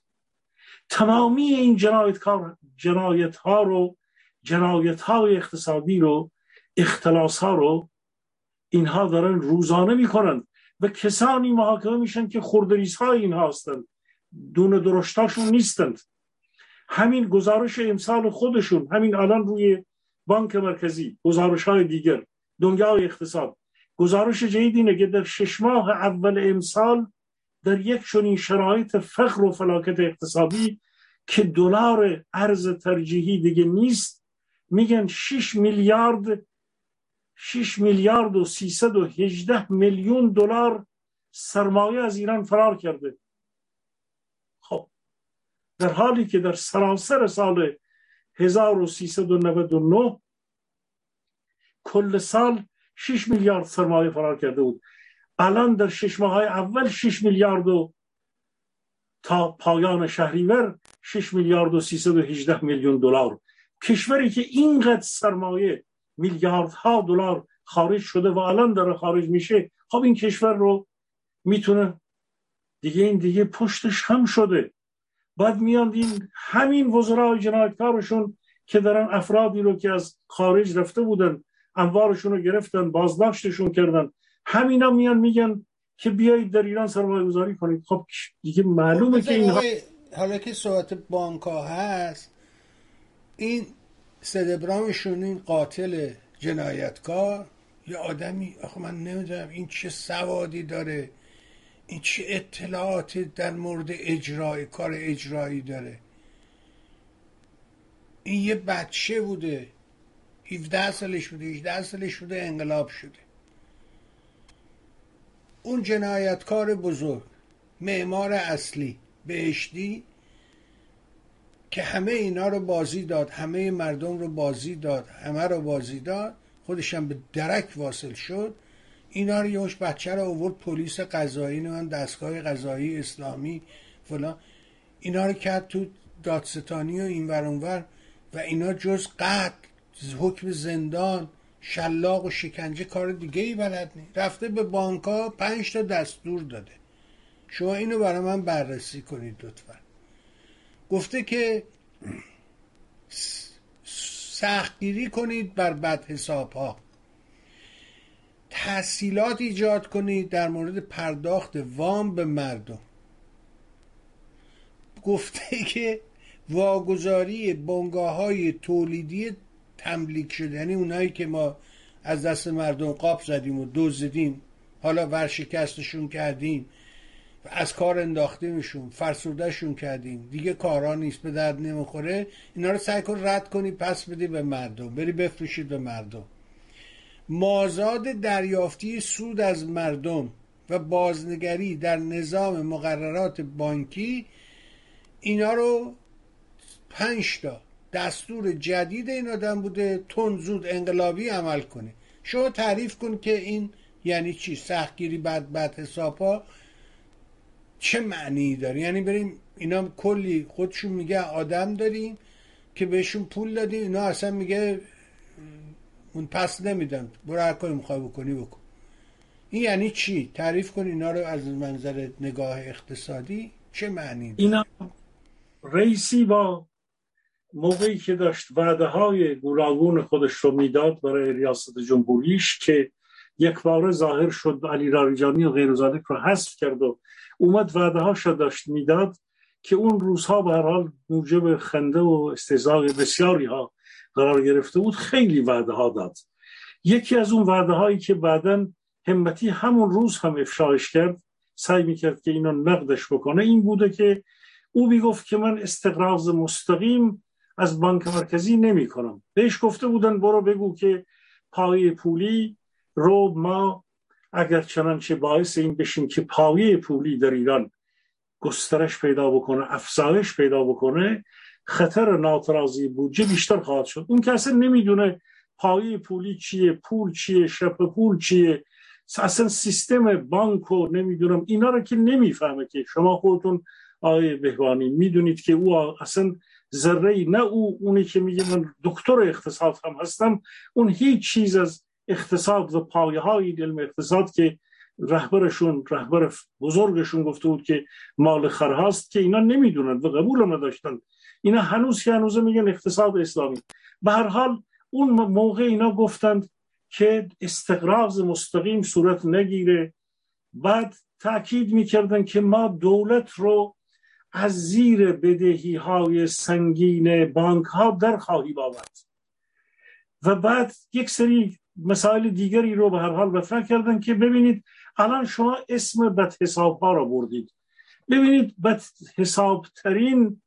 تمامی این جنایتکار جنایت ها رو، جنایت های اقتصادی رو، اختلاس ها رو اینها دارن روزانه میکنن و کسانی محاکمه میشن که خردریز های اینها هستند، دون درشتاشون نیستند. همین گزارش امسال خودشون، همین الان روی بانک مرکزی، گزارش های دیگر، دنیای اقتصاد، گزارش جدید اینه که در شش ماه اول امسال در یک چنین شرایط فقر و فلاکت اقتصادی که دلار ارز ترجیحی دیگه نیست، میگن شش میلیارد شش میلیارد و سیصد و هجده میلیون دلار سرمایه از ایران فرار کرده. خب در حالی که در سراسر سال هزار و سیصد و نود و نه کل سال شش میلیارد سرمایه فرار کرده بود، الان در شش ماه اول شش میلیارد و تا پایان شهریور شش میلیارد و سیصد و هجده میلیون دلار. کشوری که اینقدر سرمایه میلیاردها دلار خارج شده و الان داره خارج میشه، خب این کشور رو میتونه دیگه، این دیگه پشتش هم شده. بعد میان این همین وزرای جنایتکارشون که دارن افرادی رو که از خارج رفته بودن اموالشون رو گرفتن، بازداشتشون کردن، همینا میان میگن که بیایید در ایران سرمایه گذاری کنید. خب دیگه معلومه که اینها، حالا که صحبت بانک‌ها هست، این سدبرامشون، این قاتل جنایتکار، یه آدمی، آخه من نمیدونم این چه سوادی داره، این چه اطلاعاتی در مورد اجرای کار اجرایی داره. این یه بچه بوده، هفده سالش بوده، هجده سالش بوده، انقلاب شده. اون جنایتکار بزرگ، معمار اصلی بهشتی که همه اینا رو بازی داد، همه مردم رو بازی داد، همه رو بازی داد، خودش هم به درک واصل شد، اینا رو یهوش بچه رو آورد پلیس قضایی، من دستگاه قضایی اسلامی فلان، اینا رو کرد تو دادستانی و این ور اون ور و اینا جز قتل، حکم زندان، شلاق و شکنجه کار دیگه ای بلد نیست. رفته به بانک‌ها پنج تا دستور داده. شما اینو برای من بررسی کنید لطفا. گفته که سختگیری کنید بر بد حساب ها، تسهیلات ایجاد کنید در مورد پرداخت وام به مردم. گفته که واگذاری بنگاه‌های تولیدی تملیک شده، یعنی اونایی که ما از دست مردم قاپ زدیم و دزدیدیم، حالا ورشکستشون کردیم، از کار انداختیمشون، فرسودهشون کردیم، دیگه کارا نیست، به درد نمیخوره، اینا رو سعی کن رد کنی، پس بدی به مردم، بری بفروشید به مردم. مازاد دریافتی سود از مردم و بازنگری در نظام مقررات بانکی، اینا رو پنج تا دستور جدید این آدم بوده، تند زود انقلابی عمل کنه. شما تعریف کن که این یعنی چی؟ سختگیری بد بد حساب ها چه معنی داره؟ یعنی بریم اینا کلی خودشون میگه آدم داریم که بهشون پول دادیم، اینا اصلا میگه اون پس نمیدن، برو هر کاری میخوای بکنی بکن. این یعنی چی؟ تعریف کن اینا رو از منظر نگاه اقتصادی چه معنی داره؟ اینا رئیسی با موقعی که داشت وعده های گوناگون خودش رو میداد برای ریاست جمهوریش که یک بار ظاهر شد علی لاریجانی و غیرزاده رو حذف کرد و اومد وعده هاش رو داشت میداد که اون روزها به هر حال موجب خنده و استهزاء بسیاری ها قرار گرفته بود. خیلی وعده ها داد. یکی از اون وعده هایی که بعداً همتی همون روز هم افشاش کرد، سعی میکرد که اینو نقدش بکنه، این بوده که او میگفت که من استقراض مستقیم از بانک مرکزی نمی کنم. بهش گفته بودن برو بگو که پایه پولی رو ما اگر چنانچه باعث این بشیم که پایه پولی در ایران گسترش پیدا بکنه، افزایش پیدا بکنه، خطر ناترازی بودجه بیشتر خواهد شد. اون که اصلا نمیدونه پایه پولی چیه، پول چیه، شبه پول چیه، اصلا سیستم بانک و نمیدونم اینا رو که نمیفهمه. که شما خودتون آقای بهبانی میدونید که او اصلا ذره نه او اونی که میگه من دکتر اقتصاد هم هستم، اون هیچ چیز از اقتصاد و پایه های علم اقتصاد که رهبرشون رهبر بزرگشون گفته بود که مال خرهاست که اینا نمیدونن و قبول نداشتن. اینا هنوز که هنوز میگن اقتصاد اسلامی. به هر حال اون موقع اینا گفتند که استقراض مستقیم صورت نگیره. بعد تأکید میکردن که ما دولت رو از زیر بدهی های سنگین بانک ها در خواهیم آورد. و بعد یک سری مسائل دیگری رو به هر حال مطرح کردن که ببینید الان شما اسم بد حساب ها رو بردید. ببینید بد حساب ترین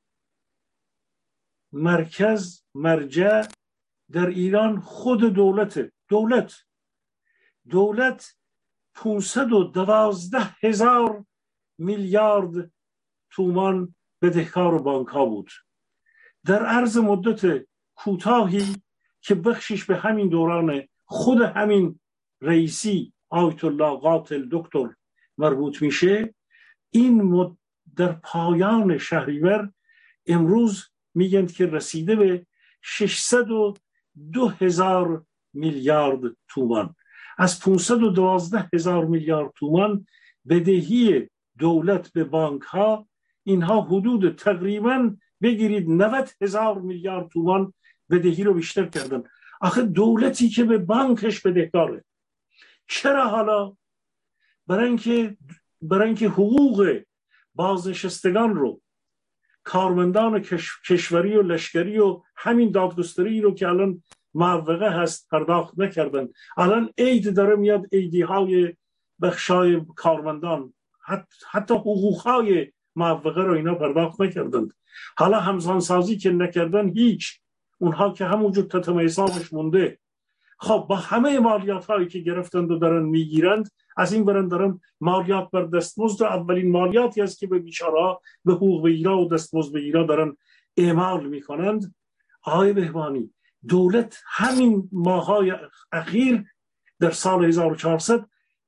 مرکز مرجع در ایران خود دولته. دولت دولت پانصد و دوازده هزار میلیارد تومان بدهکار بانک ها بود در عرض مدت کوتاهی که بخشش به همین دوران خود همین رئیسی آیت الله قاتل دکتر مربوط میشه. این مد... در پایان شهریور امروز میگن که رسیده به ششصد و دو هزار میلیارد تومان. از پانصد و دوازده هزار میلیارد تومان بدهی دولت به بانک ها، اینها حدود تقریبا بگیرید نود هزار میلیارد تومان بدهی رو بیشتر کردن. آخه دولتی که به بانکش بدهکاره، چرا حالا برای اینکه برای اینکه حقوق بازنشستگان رو، کارمندان کشوری و لشکری و همین دادگستری رو که الان معوقه هست پرداخت نکردن، الان عید داره میاد، عیدی های بخشای کارمندان، حتی حقوق های معوقه رو اینا پرداخت نکردن. حالا همزانسازی که نکردن هیچ، اونها که همونجور تتم حسابش مونده. خب با همه مالیات هایی که گرفتند و دارن میگیرند، از این برن دارن مالیات بر دستمزد، اولین مالیاتی است که به بیچاره‌ها، به حقوق بگیرا و دستمزد بگیرا دارن اعمال میکنند. آقای بهبانی، دولت همین ماهای اخیر در سال هزار و چهارصد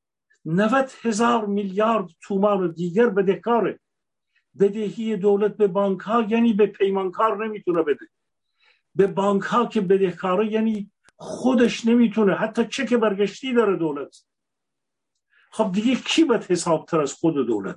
نود هزار میلیارد تومان دیگر بدهکاره. بدهی دولت به بانک ها یعنی به پیمانکار نمیتونه بده. به بانک ها که بدهکاره یعنی خودش نمیتونه، حتی چک برگشتی داره دولت. خب دیگه کی باید حساب تر از خود دولت؟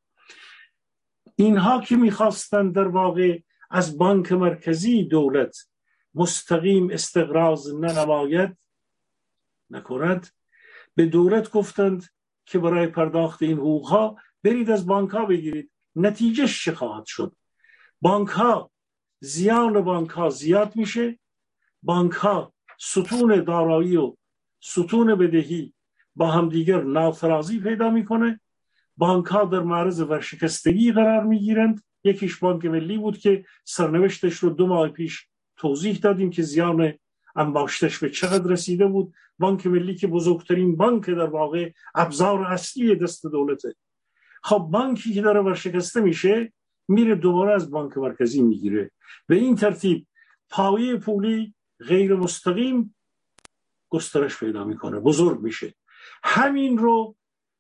اینها که میخواستن در واقع از بانک مرکزی دولت مستقیم استقراض ننماید نکند، به دولت گفتند که برای پرداخت این حقوق ها برید از بانک ها بگیرید. نتیجه چه خواهد شد؟ بانک ها، زیان بانک ها زیاد میشه، بانک ها ستون دارایی و ستون بدهی با هم دیگر ناترازی پیدا میکنه، بانک ها در معرض ورشکستگی قرار میگیرند. یکیش بانک ملی بود که سرنوشتش رو دو ماه پیش توضیح دادیم که زیان انباشتش به چقدر رسیده بود. بانک ملی که بزرگترین بانک در واقع ابزار اصلی دست دولته. خب بانکی که داره ورشکسته میشه میره دوباره از بانک مرکزی میگیره. به این ترتیب پایه پولی غیر مستقیم گسترش پیدا میکنه، بزرگ میشه. همین رو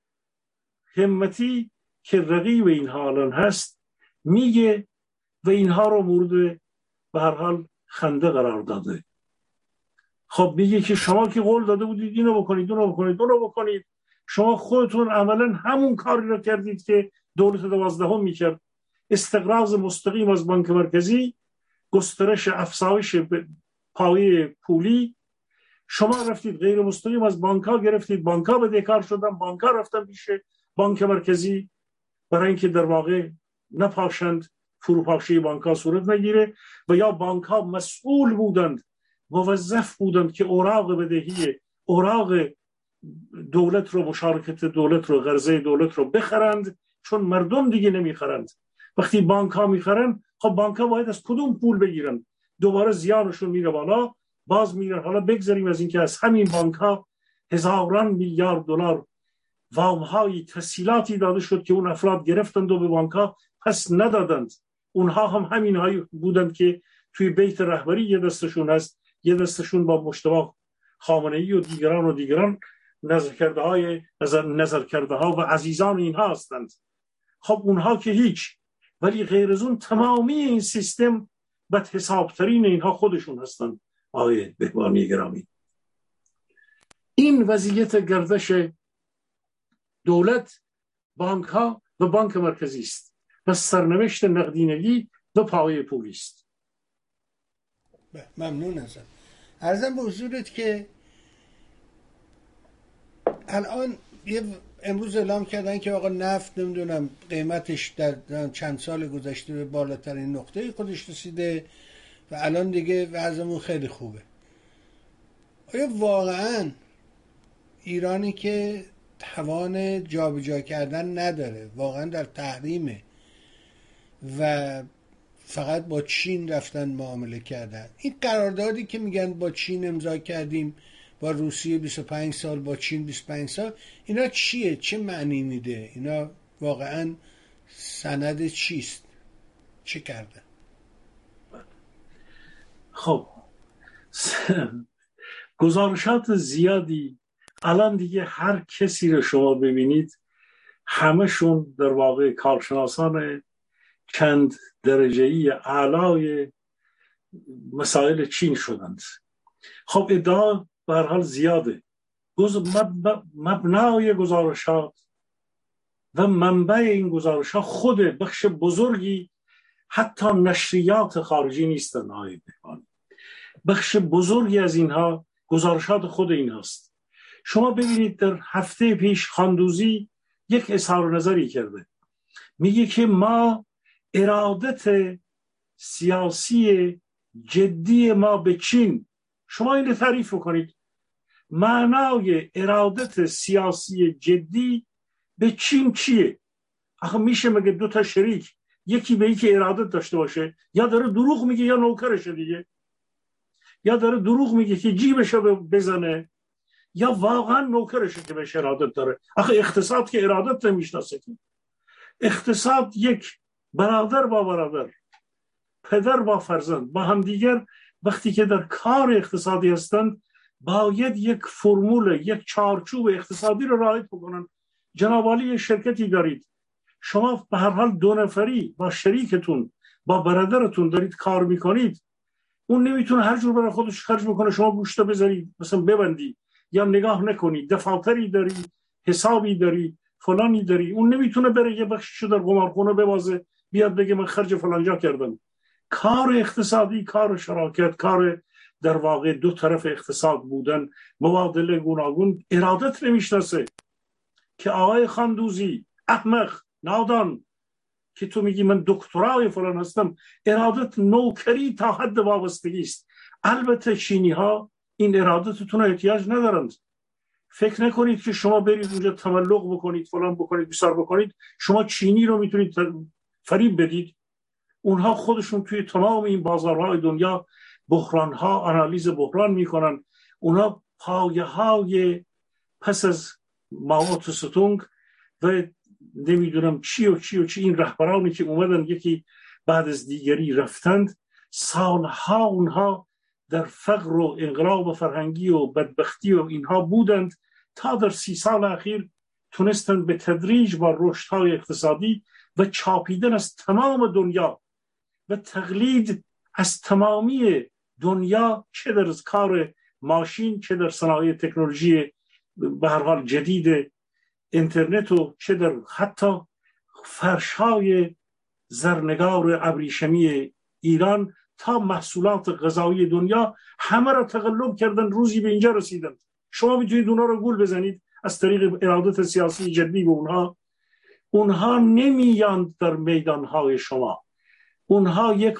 همتی که رقیب اینها الان هست میگه و اینها رو مورد به هر حال خنده قرار داده. خب میگه که شما که قول داده بودید اینو بکنید اونو بکنید اونو بکنید، شما خودتون عملا همون کاری رو کردید که دولت دوازدهم میکرد. استقراض مستقیم از بانک مرکزی، گسترش افزایش پایه پولی. شما رفتید غیر مستقیم از بانک ها گرفتید، بانک ها بدهکار شدن، بانک ها رفتن پیش بانک مرکزی برای اینکه در واقع نپاشند فروپاشی بانک ها صورت نگیره، و یا بانک ها مسئول بودند، موظف بودند که اوراق بدهی، اوراق دولت رو، مشارکت دولت رو، قرضه دولت رو بخرند، چون مردم دیگه نمیخرند. وقتی بانک ها میخرند، خب بانک ها باید از کدوم پول بگیرن؟ دوباره زیانشون میره بالا، باز میرن. حالا بگذاریم از اینکه از همین بانک ها هزاران میلیارد دلار وام های تسهیلاتی داده شد که اون افراد گرفتند و به بانک ها پس ندادند. اونها هم همین هایی بودند که توی بیت رهبری یه دستشون هست، یه دستشون با مجتبی خامنه‌ای و دیگران و دیگران نظر کرده های نظر, نظر کرده ها و عزیزان اینها هستند. خب اونها که هیچ، ولی غیر از اون تمامی این سیستم بد حسابترین اینها خودشون هستند. آقای بهبانی گرامی، این وضعیت گردش دولت، بانک ها و بانک مرکزی است و سرنوشت نقدینگی و پایه پولی است. ممنون ازت. عرضم به حضورت که الان یه امروز اعلام کردن که آقا نفت نمیدونم قیمتش در چند سال گذشته به بالاترین نقطه خودش رسیده و الان دیگه وضعمون خیلی خوبه. آیا واقعا ایرانی که توان جابجا کردن نداره، واقعا در تحریمه و فقط با چین رفتن معامله کردن، این قراردادی که میگن با چین امضا کردیم، با روسیه بیست و پنج سال، با چین بیست و پنج سال، اینا چیه؟ چه معنی میده؟ اینا واقعا سند چیست؟ چه کردن؟ خب گزارشات زیادی الان دیگه هر کسی رو شما ببینید همشون در واقع کارشناسان چند درجه‌ای اعلای مسائل چین شدند. خب ادعا به هر حال زیاده. مبنای گزارشات و منبع این گزارشات خود بخش بزرگی حتی نشریات خارجی نیستن. آقای بهبانی، بخش بزرگی از اینها گزارشات خود این هست. شما ببینید در هفته پیش خاندوزی یک اظهار نظری کرده، میگه که ما ارادت سیاسی جدی ما به چین، شما این رو تعریف کنید. معنای ارادت سیاسی جدی به چین چیه؟ آخه میشه مگه دو تا شریک یکی به یکی ارادت داشته باشه؟ یا داره دروغ میگه یا نوکرشه دیگه، یا داره دروغ میگه که جیبشو بزنه، یا واقعا نوکرشه که بهش ارادت داره. آخه اقتصاد که ارادت نمیشناسه. اقتصاد یک برادر با برادر، پدر با فرزند با هم دیگر وقتی که در کار اقتصادی هستند باید یک فرمول، یک چارچوب اقتصادی رو رعایت بکنن. جناب عالی شرکتی دارید، شما به هر حال دو نفری با شریکتون با برادرتون دارید کار میکنید، اون نمیتونه هر جور برای خودش خرج بکنه، شما گوشت بذارید مثلا ببندی یا نگاه نکنی، دفاتری داری، حسابی داری، فلانی داری، اون نمیتونه بره یه بخششو در قمارخونه ببازه بیاد بگه من خرج فلانجا کردم. کار اقتصادی، کار شراکت، کار در واقع دو طرف اقتصاد بودن، مبادله گوناگون، ارادت نمیشناسه. که آقای خاندوزی احمق نادان که تو میگی من دکترای فلان هستم، ارادت نوکری تا حد وابستگی است. البته چینی ها این ارادتتون احتیاج ندارند. فکر نکنید که شما برید اونجا تملق بکنید فلان بکنید بسار بکنید شما چینی رو میتونید فریب بدید. اونها خودشون توی تمام این بازارهای دنیا بحران ها آنالیز بحران میکنن. اونها پایه های پس از ماو تسه و نمیدونم چی و چی و چی، این رهبرانی که اومدن یکی بعد از دیگری رفتند، سالها اونها در فقر و انقلاب و فرهنگی و بدبختی و اینها بودند تا در سی سال اخیر تونستند به تدریج با رشدهای اقتصادی و چاپیدن از تمام دنیا و تقلید از تمامی دنیا، چه در کار ماشین، چه در صنایع تکنولوژی به هر حال جدید اینترنت و چه در حتی فرش‌های زرنگار ابریشمی ایران تا محصولات غذایی دنیا، همه را تقلب کردن، روزی به اینجا رسیدن. شما میتونید اونها رو گول بزنید از طریق ارادت سیاسی جدی به اونها. اونها نمیاند در میدانهای شما، اونها یک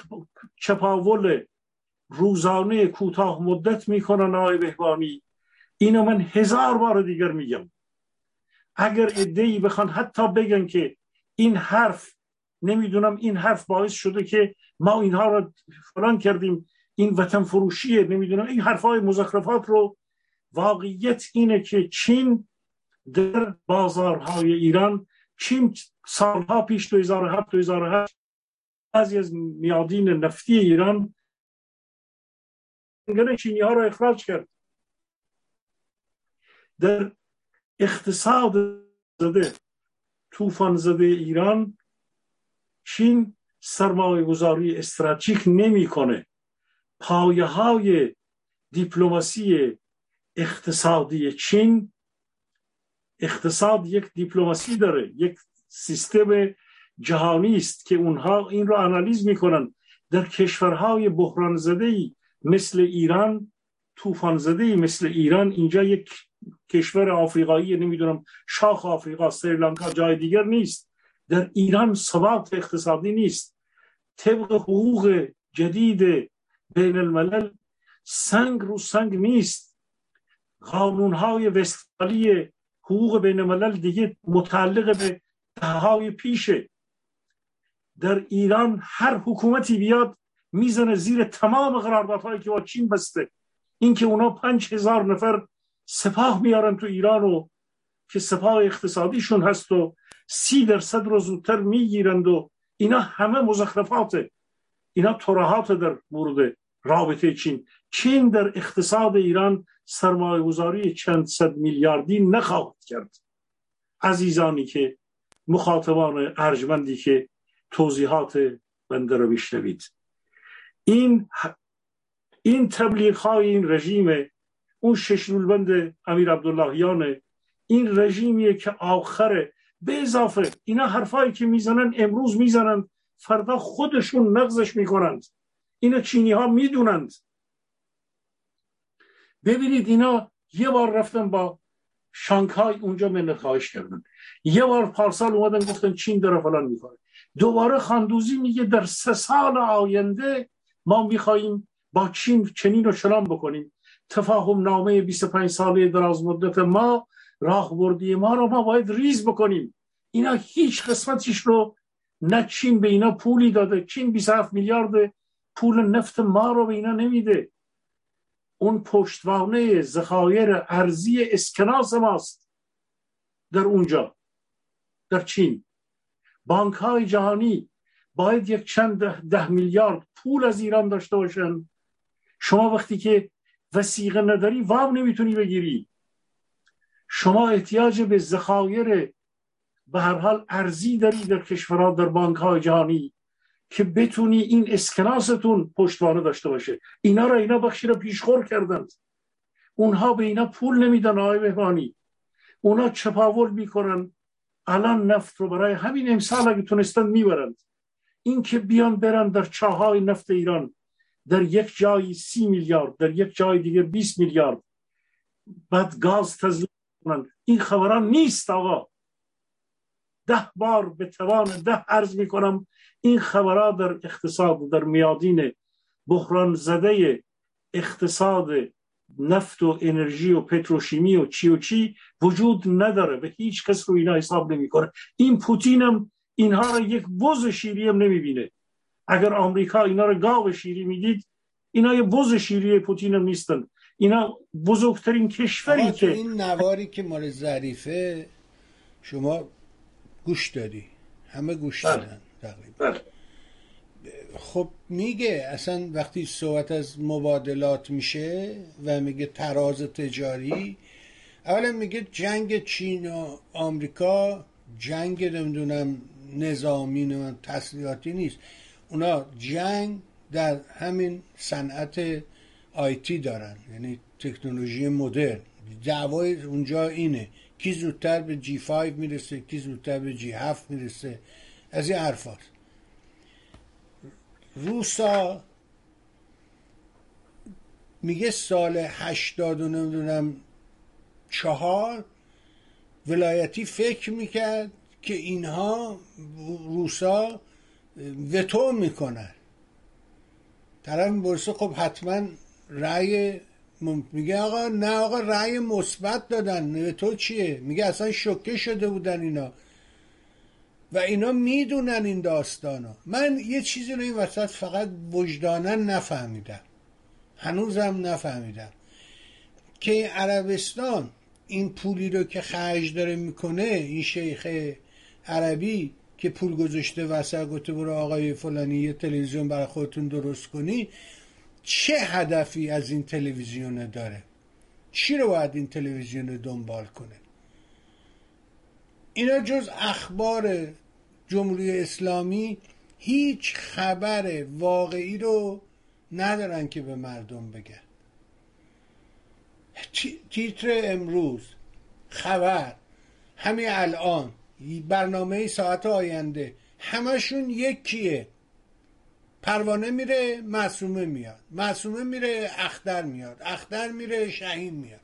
چپاول روزانه کوتاه مدت میکنن. آقای بهبانی اینو من هزار بار دیگر میگم، اگر عده‌ای بخوان حتی بگن که این حرف نمیدونم این حرف باعث شده که ما اینها رو فلان کردیم، این وطن فروشیه، نمیدونم این حرفای مزخرفات رو، واقعیت اینه که چین در بازارهای ایران، چین سالها پیش دو هزار و هفت دو هزار و هشت بعضی از میادین نفتی ایران چینی ها رو اخراج کرد. در اقتصاد زده طوفان زده ایران چین سرمایه گذاری استراتژیک نمی کنه. پایه های دیپلماسی اقتصادی چین، اقتصاد یک دیپلماسی داره، یک سیستم جهانی است که اونها این رو آنالیز میکنن. در کشورهای بحران زده‌ای مثل ایران، طوفان زده‌ای مثل ایران، اینجا یک کشور آفریقایی نمیدونم شاخ آفریقا، سریلانکا، جای دیگر نیست. در ایران ثبات اقتصادی نیست. طبق حقوق جدید بین الملل سنگ رو سنگ نیست. قانونهای وستفالی حقوق بین الملل دیگه متعلق به دههای پیشه. در ایران هر حکومتی بیاد میزنه زیر تمام قراردادهایی که با چین بسته. این که اونا پنج هزار نفر سپاه میارن تو ایران و که سپاه اقتصادیشون هست و سی درصد رو زودتر میگیرند و اینا همه مزخرفاته، اینا ترهات در مورد رابطه چین. چین در اقتصاد ایران سرمایه گذاری چند صد میلیاردی نخواهد کرد. عزیزانی که مخاطبان ارجمندی که توضیحات بنده رو بشنوید، این این تبلیغ های این رژیم، اون شش رولبند امیر عبداللهیان، این رژیمیه که آخره. به اضافه اینا حرفایی که میزنن امروز میزنن فردا خودشون نقضش میکنند. اینا چینی ها میدونند. ببینید اینا یه بار رفتن با شانگهای اونجا منت خواهش کردن، یه بار پارسال اومدن گفتن چین داره فلان میکنه. دوباره خاندوزی میگه در سه سال آینده ما میخواییم با چین چنین رو چنان بکنیم. تفاهم نامه بیست و پنج ساله دراز مدت ما، راهبردی ما رو ما باید ریز بکنیم. اینا هیچ قسمتش رو نه چین به اینا پولی داده. چین بیست و هفت میلیارد پول نفت ما رو به اینا نمیده. اون پشتوانه ذخایر ارزی اسکناس ماست در اونجا، در چین. بانک های جهانی باید یک چند ده, ده میلیارد پول از ایران داشته باشن. شما وقتی که وثیقه نداری وام نمیتونی بگیری. شما احتیاج به ذخایر به هر حال ارزی داری در کشورها، در بانک های جهانی، که بتونی این اسکناستون پشتوانه داشته باشه. اینا را اینا بخشی را پیشخور کردند. اونها به اینا پول نمیدن آقای بهبانی، اونا چپاول میکنن. الان نفت رو برای همین امسال اگه تونستن میبرند. این که بیان برن در چاهای نفت ایران در یک جایی سی میلیارد، در یک جای دیگه بیست میلیارد بعد گاز تزریق کنند، این خبران نیست آقا. ده بار به توان ده عرض میکنم این خبرها در اقتصاد، در میادین بحران زده اقتصاد نفت و انرژی و پتروشیمی و چی و چی وجود نداره و هیچ کس رو اینا حساب نمیکنه. این پوتین هم اینها رو یک بز شیری هم نمیبینه. اگر آمریکا اینا رو گاو شیری میدید، اینا یه بز شیری پوتین هم نیستن. اینا بزرگترین کشوری که این نواری که مال ظریفه شما گوش دادی، همه گوش دادن تقریبا. خب میگه اصلا وقتی صحبت از مبادلات میشه و میگه تراز تجاری، اولا میگه جنگ چین و آمریکا جنگ نمیدونم نظامی و تسلیحاتی نیست، اونا جنگ در همین صنعت آیتی دارن، یعنی تکنولوژی مدرن. دعوای اونجا اینه کی زودتر به جی پنج میرسه، کی زودتر به جی هفت میرسه، از این حرفاست. روسا میگه سال هشتاد و نمیدونم چهار ولایتی فکر میکرد که اینها روسا وتو میکنن. طرف میبرسه خب حتما رأی میگه آقا نه آقا رأی مثبت دادن، وتو چیه؟ میگه اصلا شوکه شده بودن اینا و اینا میدونن این داستانو. من یه چیزی رو این وسط فقط وجداناً نفهمیدم، هنوزم نفهمیدم که عربستان این پولی رو که خرج داره میکنه، این شیخ عربی که پول گذاشته وسط گفته برو آقای فلانی یه تلویزیون برای خودتون درست کنی، چه هدفی از این تلویزیون داره؟ چی رو باید این تلویزیون رو دنبال کنه؟ اینا جز اخبار جمهوری اسلامی هیچ خبر واقعی رو ندارن که به مردم بگن. تیتر امروز، خبر، همین الان، برنامه ساعت آینده، همشون یکیه. پروانه میره معصومه میاد، معصومه میره اختر میاد، اختر میره شاهین میاد.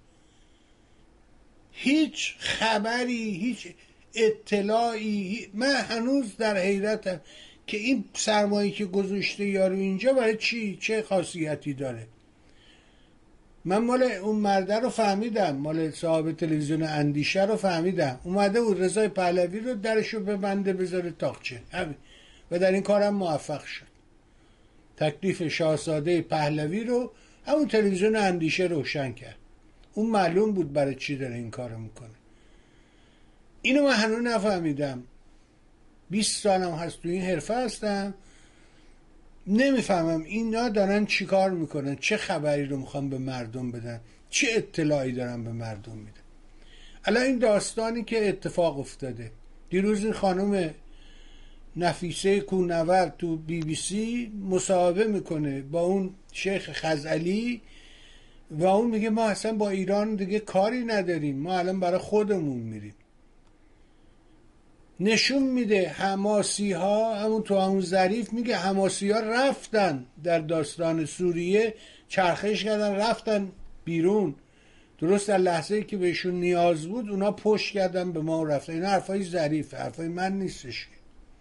هیچ خبری، هیچ اطلاعی. من هنوز در حیرتم که این سرمایه‌ای که گذاشته یارو اینجا برای چی، چه خاصیتی داره. من مال اون مرده رو فهمیدم، مال صاحب تلویزیون اندیشه رو فهمیدم، اومده بود رضای پهلوی رو درشو ببنده بذاره تاقچه همین، و در این کارم موفق شد. تکلیف شاهزاده پهلوی رو همون تلویزیون اندیشه روشن کرد. اون معلوم بود برای چی داره این کارو میکنه. اینو من هنوز نفهمیدم. بیست سالم هست تو این حرفه هستم، نمیفهمم اینا دارن چی کار میکنن، چه خبری رو میخوان به مردم بدن، چه اطلاعی دارن به مردم میدن. الان این داستانی که اتفاق افتاده دیروز، این خانم نفیسه کوهنورد تو بی بی سی مصاحبه میکنه با اون شیخ خزعلی و اون میگه ما اصلا با ایران دیگه کاری نداریم، ما الان برای خودمون میریم. نشون میده حماسی ها، همون تو همون ظریف میگه حماسی ها رفتن در داستان سوریه، چرخش کردن رفتن بیرون، درست در لحظه ای که بهشون نیاز بود اونا پشت کردن به ما و رفتن. این حرفای ظریفه، حرفای من نیستش.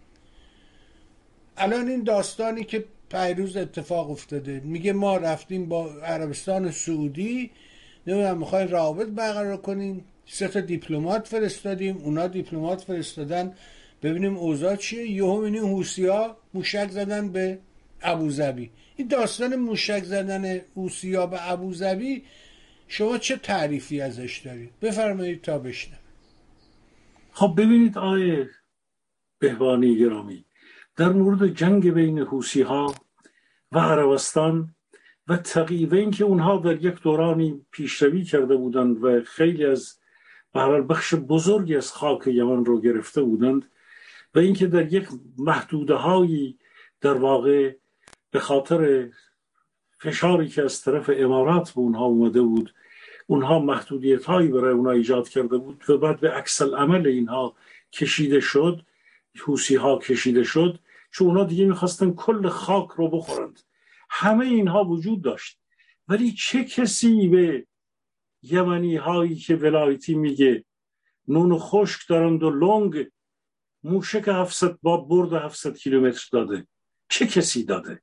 الان این داستانی که پیروز اتفاق افتاده، میگه ما رفتیم با عربستان سعودی نمیدونم میخوایم روابط برقرار کنیم، سه تا دیپلمات فرستادیم، اونا دیپلمات فرستادن ببینیم اوضاع چیه، یهو میبینیم حوثی‌ها موشک زدن به ابوظبی. این داستان موشک زدن حوثی‌ها به ابوظبی شما چه تعریفی ازش دارید؟ بفرمایید تا بشنوم. خب ببینید آقای بهبانی گرامی، در مورد جنگ بین حوثی‌ها و عربستان و تقییب این که اونها در یک دورانی پیشروی کرده بودند و خیلی از به هر حال بخش بزرگی از خاک یمن رو گرفته بودند و اینکه در یک محدوده هایی در واقع به خاطر فشاری که از طرف امارات به اونها اومده بود، اونها محدودیت هایی برای اونها ایجاد کرده بود و بعد به عکس العمل اینها کشیده شد، حوثی ها کشیده شد، چون اونها دیگه میخواستن کل خاک رو بخورند. همه اینها وجود داشت، ولی چه کسی به یمنی هایی که ولایتی میگه نون خشک دارند و لنگ موشک هفتصد با برد هفتصد کیلومتر داده؟ چه کسی داده؟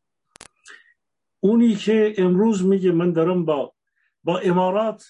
اونی که امروز میگه من دارم با با امارات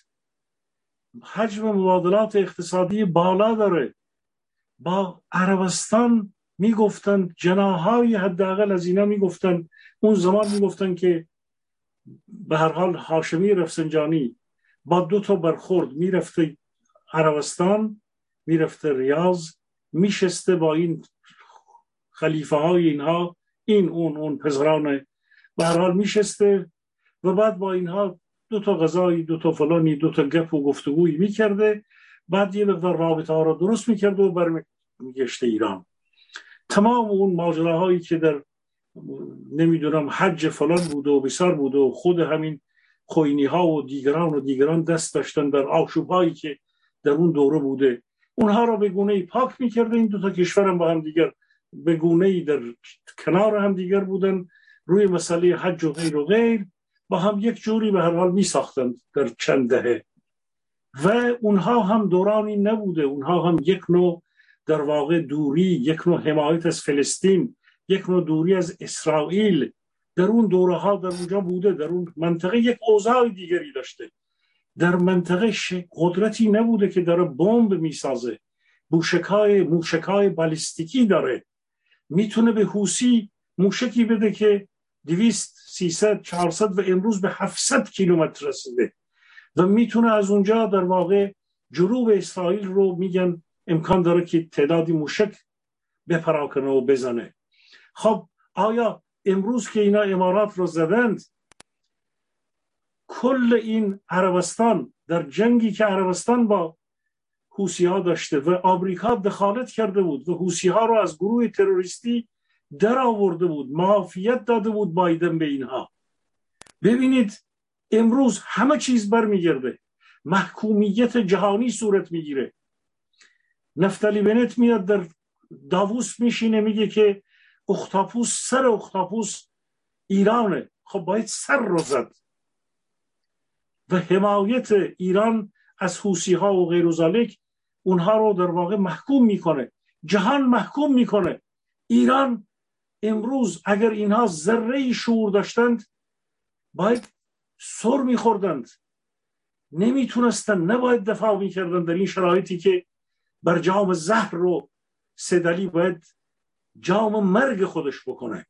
حجم مبادلات اقتصادی بالا داره، با عربستان میگفتن جناحای حداقل از اینا میگفتن، اون زمان میگفتن که به هر حال هاشمی رفسنجانی با دو تا برخورد میرفته عربستان، میرفته ریاض، میشسته با این خلیفه های اینها، این اون اون پسران به هر حال میشسته و بعد با اینها دو تا غذایی، دو تا فلانی، دو تا گپ و گفتگویی میکرده، بعد یه مقدار رابطه ها را درست میکرده و برمیگشته ایران. تمام اون ماجراهایی که در نمیدونم حج فلان بود و بسار بود و خود همین خوینی ها و دیگران و دیگران دست داشتن در آشوب هایی که در اون دوره بوده، اونها را به گونه‌ای پاک میکرده. این دو تا کشور هم با هم دیگر به گونه‌ای در کنار هم دیگر بودن، روی مسئله حج و غیر و غیر با هم یک جوری به هر حال می ساختند در چند دهه. و اونها هم دورانی نبوده، اونها هم یک نوع در واقع دوری، یک نوع حمایت از فلسطین، یک نوع دوری از اسرائیل در اون دوره ها در اونجا بوده. در اون منطقه یک اوضاع دیگری داشته، در منطقه قدرتی نبوده که داره بمب میسازه، موشکای موشکای بالستیکی داره، میتونه به حوثی موشکی بده که دویست سیصد چهارصد و امروز به هفتصد کیلومتر رسیده و میتونه از اونجا در واقع جنوب اسرائیل رو میگن امکان داره که تعدادی موشک بپراکنه و بزنه. خب آیا امروز که اینا امارات رو زدند، کل این عربستان در جنگی که عربستان با حوثی ها داشته و آمریکا دخالت کرده بود و حوثی ها رو از گروه تروریستی در آورده بود، معافیت داده بود بایدن به اینها، ببینید امروز همه چیز برمیگرده، محکومیت جهانی صورت میگیره. نفتالی بنت میاد در داووس میشینه میگه که اختاپوس، سر اختاپوس ایرانه. خب باید سر رو زد و حمایت ایران از حوثی ها و غیر ذالک اونها رو در واقع محکوم میکنه، جهان محکوم میکنه. ایران امروز اگر اینها ذره شعور داشتند باید سر میخوردند، نمیتونستن، نباید دفاع میکردن در این شرایطی که بر جام زهر رو سدلی باید جام مرگ خودش بکنه.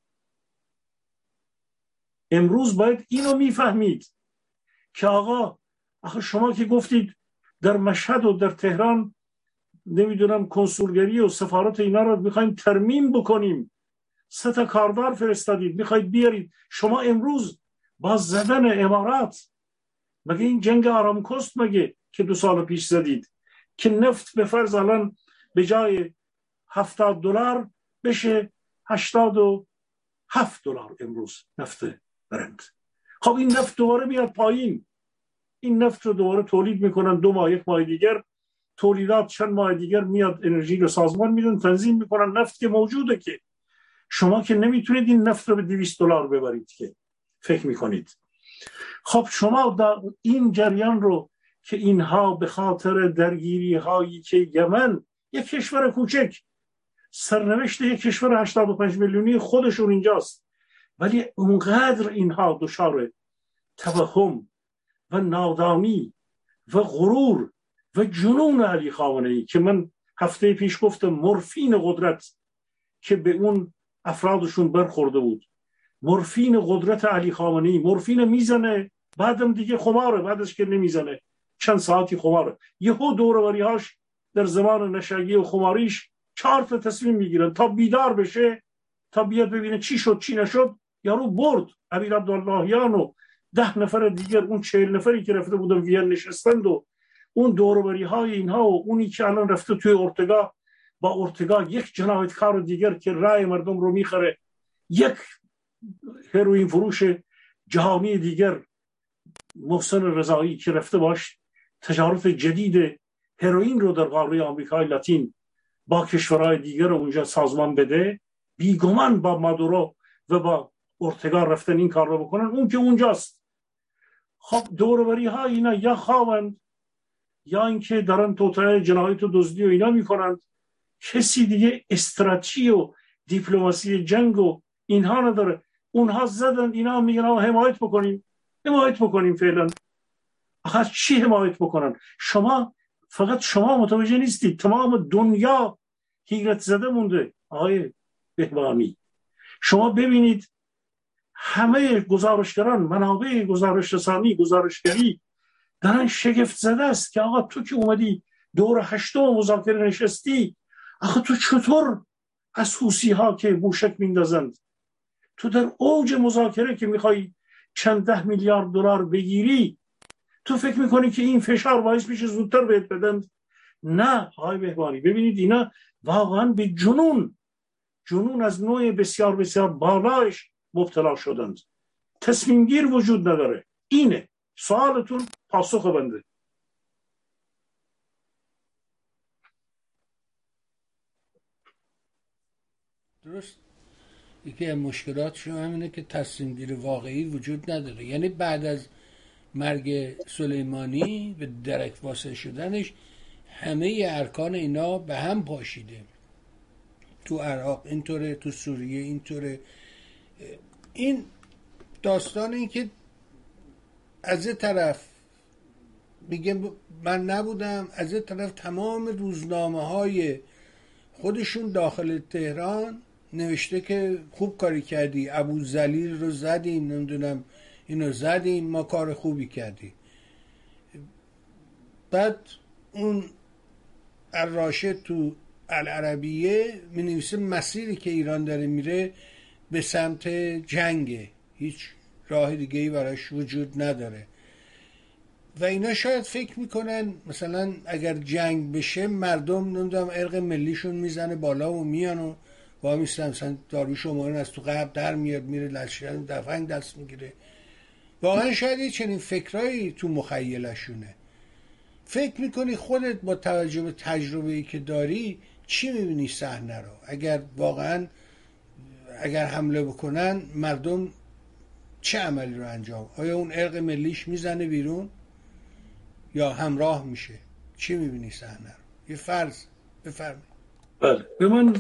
امروز باید اینو میفهمید که آقا آخه شما که گفتید در مشهد و در تهران نمیدونم کنسولگری و سفارت اینا رو میخوایم ترمیم بکنیم، سه تا کاردار فرستادید میخواید بیارید، شما امروز با زدن امارات، مگه این جنگ آرامکوست مگه که دو سال پیش زدید که نفت به فرض الان به جای هفتاد دلار بشه هشتاد و هفت دلار امروز نفت برند. خب این نفت دوباره میاد پایین، این نفت رو دوباره تولید میکنن، دو ماه یک ماه دیگر تولیدات چند ماه دیگر میاد انرژی رو سازمان میدن تنظیم میکنن، نفت که موجوده، که شما که نمیتونید این نفت رو به دویست دلار ببرید که فکر میکنید. خب شما در این جریان رو که اینها به خاطر درگیری هایی که یمن یک کشور کوچک، سرنوشت یک کشور هشتاد و پنج میلیونی خودشون اینجاست، ولی اونقدر اینها دچار توهم و نادانی و غرور و جنون علی خامنه‌ای که من هفته پیش گفتم مورفین قدرت که به اون افرادشون برخورده بود، مورفین قدرت علی خامنه‌ای، مورفین میزنه بعدم دیگه خماره، بعدش که نمیزنه چند ساعتی خماره، یهو دوروری‌هاش در زمان نشگی و خماریش چهار تا تصمیم میگیرن تا بیدار بشه، تا بیاد ببینه چی شد چی نشد، یارو برد امیر عبداللهیان و ده نفر دیگر، اون چهل نفری که رفته بودن وین نشستند و اون دوروبری های اینها و اونی که الان رفته توی ارتگاه با ارتگاه یک جنایتکار دیگر که رای مردم رو میخره، یک هروئین فروش جهانی دیگر محسن رضایی که رفته باش تجارت جدید هروئین رو در قاره آمریکای لاتین با کشورهای دیگر اونجا سازمان بده، بیگمان با مادورو و با ارتگاه رفتن این کار رو بکنن، اون که اونجاست. خب دوروبری ها اینا یا خوابند یا اینکه دارن توطئه جنایت و دزدی و اینا میکنند. کسی دیگه استراتژی و دیپلماسی جنگ و اینها نداره. اونها زدن اینا میگن آقا حمایت بکنیم حمایت بکنیم. فعلا آخه چی حمایت بکنن؟ شما فقط شما متوجه نیستید، تمام دنیا حیرت زده مونده. آقای بهبانی شما ببینید همه گزارشگران، منابع گزارش رسانی، گزارشگری دارن شگفت زده است که آقا تو که اومدی دور هشتم مذاکره نشستی، آخه تو چطور از حوثی ها که موشک میندازند، تو در اوج مذاکره که میخوای چند ده میلیارد دلار بگیری، تو فکر میکنی که این فشار باعث میشه زودتر بهت بدن؟ نه آقای بهبانی، ببینید اینا واقعا به جنون جنون از نوع بسیار بسیار بالایش مبتلا شدند. تصمیم گیر وجود نداره. اینه سوالتون، پاسخ بنده. درست. یکی از مشکلاتشون همینه که تصمیم گیری واقعی وجود نداره. یعنی بعد از مرگ سلیمانی به درک واسه شدنش همه ارکان اینا به هم پاشیده. تو عراق اینطوره، تو سوریه اینطوره. این داستان این که از یه طرف میگه من نبودم، از یه طرف تمام روزنامه های خودشون داخل تهران نوشته که خوب کاری کردی، ابو ذلیل رو زدیم، نمیدونم اینو زدیم، ما کار خوبی کردیم. بعد اون الراشد تو العربیه می نویسه مسیری که ایران داره میره به سمت جنگه، هیچ راه دیگه ای براش وجود نداره. و اینا شاید فکر میکنن مثلا اگر جنگ بشه مردم نمیدونم ارق ملیشون میزنه بالا و میان و با میستن مثلا داروش شمارن از تو قبل در میاد میره لشکر دفنگ دست میگیره. واقعا شاید یه چنین فکرایی تو مخیلشونه. فکر میکنی خودت با توجه به تجربه‌ای که داری چی میبینی صحنه رو؟ اگر واقعا اگر حمله بکنن مردم چه عملی رو انجام؟ آیا اون ارق ملیش میزنه بیرون یا همراه میشه؟ چی میبینی صحنه رو؟ یه فرض بفرمایید. بله، به من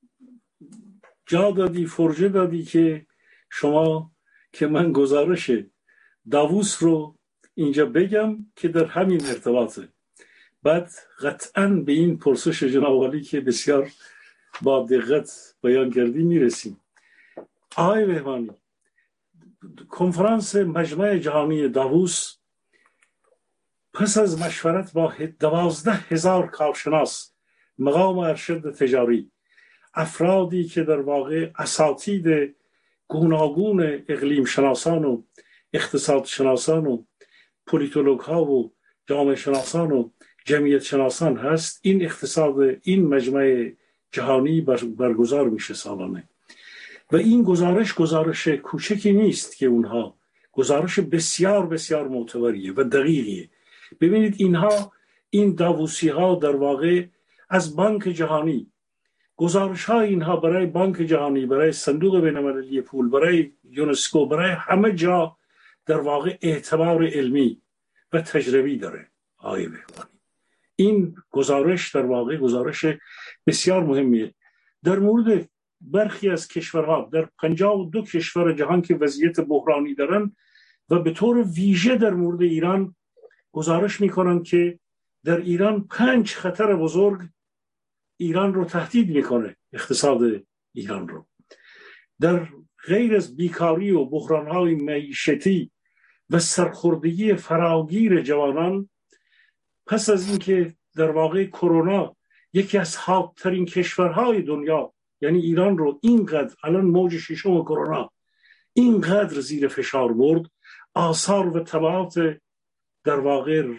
جا دادی، فرجه دادی که شما که من گزارش داووس رو اینجا بگم که در همین ارتباطه. بعد قطعاً به این پرسش جناب عالی که بسیار با دقت بیان کردی میرسیم. آقای بهبانی، کنفرانس مجمع جهانی داووس پس از مشورت با دوازده هزار کارشناس مقام ارشد تجاری، افرادی که در واقع اساتید گوناگون اقلیم شناسان و اقتصاد شناسان و پولیتولوگ ها و جامعه شناسان و جمعیت شناسان هست، این اقتصاد این مجمع جهانی برگزار میشه سالانه. و این گزارش گزارش کوچکی نیست که اونها گزارش بسیار بسیار معتبریه و دقیقیه. ببینید اینها این داووسی ها در واقع از بانک جهانی گزارش ها اینها برای بانک جهانی، برای صندوق بین‌المللی پول، برای یونسکو، برای همه جا در واقع اعتبار علمی و تجربی داره. آقای بهبانی، این گزارش در واقع گزارش بسیار مهمیه در مورد برخی از کشورها، در پنجاه و دو کشور جهان که وضعیت بحرانی دارن و به طور ویژه در مورد ایران گزارش میکنن که در ایران پنج خطر بزرگ ایران رو تهدید میکنه، اقتصاد ایران رو. در غیر از بیکاری و بحرانهای معیشتی و سرخوردگی فراگیر جوانان، پس از اینکه در واقع کرونا یکی از حادترین کشورهای دنیا یعنی ایران رو اینقدر الان موج ششم کرونا اینقدر زیر فشار برد، آثار و تبعات در واقع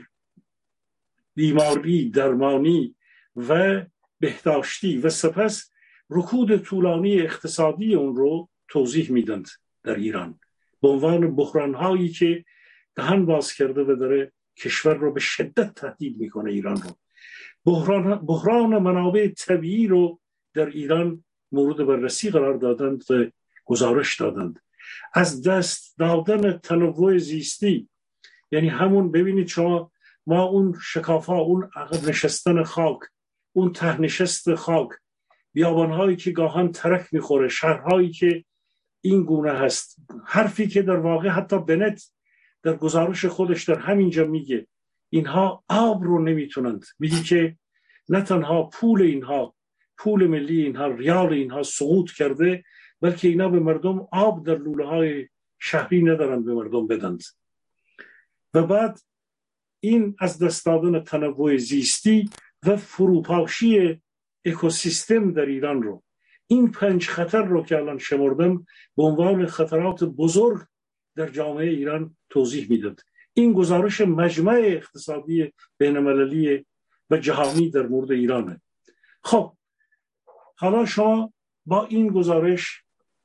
بیماری، درمانی و بهداشتی و سپس رکود طولانی اقتصادی اون رو توضیح میدند در ایران به عنوان بحران‌هایی که دهن باز کرده و داره کشور رو به شدت تهدید میکنه. ایران رو بحران, بحران منابع طبیعی رو در ایران مورد بررسی قرار دادند و گزارش دادند. از دست دادن تنوع زیستی، یعنی همون ببینید شما، ما اون شکافا، اون عقب نشستن خاک، اون ته نشست خاک، بیابانهایی که گاهن ترک میخوره، شهرهایی که این گونه هست، حرفی که در واقع حتی بنت در گزارش خودش در همینجا میگه اینها آب رو نمیتونند، میگه که نه تنها پول اینها، پول ملی اینها، ریال اینها سقوط کرده، بلکه اینا به مردم آب در لوله های شهری ندارند به مردم بدند. و بعد این از دست دادن تنوع زیستی و فروپاشی اکوسیستم در ایران رو، این پنج خطر رو که الان شمردم به عنوان خطرات بزرگ در جامعه ایران توضیح میداد. این گزارش مجمع اقتصادی بین‌المللی و جهانی در مورد ایرانه. خب حالا شما با این گزارش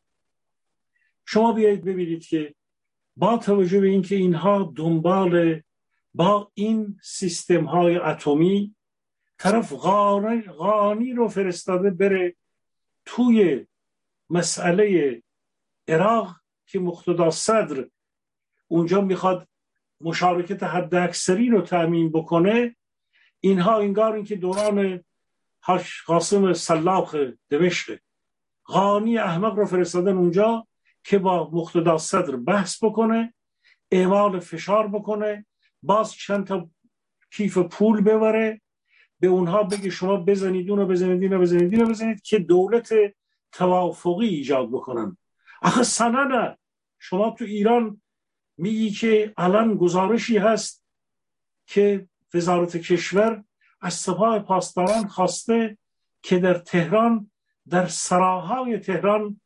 شما بیایید ببینید که با توجه به اینکه اینها دنبال با این سیستم های اتمی طرف غانی, غانی رو فرستاده بره توی مسئله عراق که مقتدا صدر اونجا میخواد مشارکت حد اکثری رو تأمین بکنه، اینها انگار این که دوران قاسم سلاخ دمشق، غانی احمق رو فرستادن اونجا که با مقتدا صدر بحث بکنه، اعمال فشار بکنه، باز چند تا کیف پول ببره به اونها بگه شما بزنید اونو بزنید اینو بزنید اینو بزنید که دولت توافقی ایجاد بکنن. آخه سننه شما تو ایران میگی که الان گزارشی هست که وزارت کشور از سپاه پاسداران خواسته که در تهران، در سراهای تهران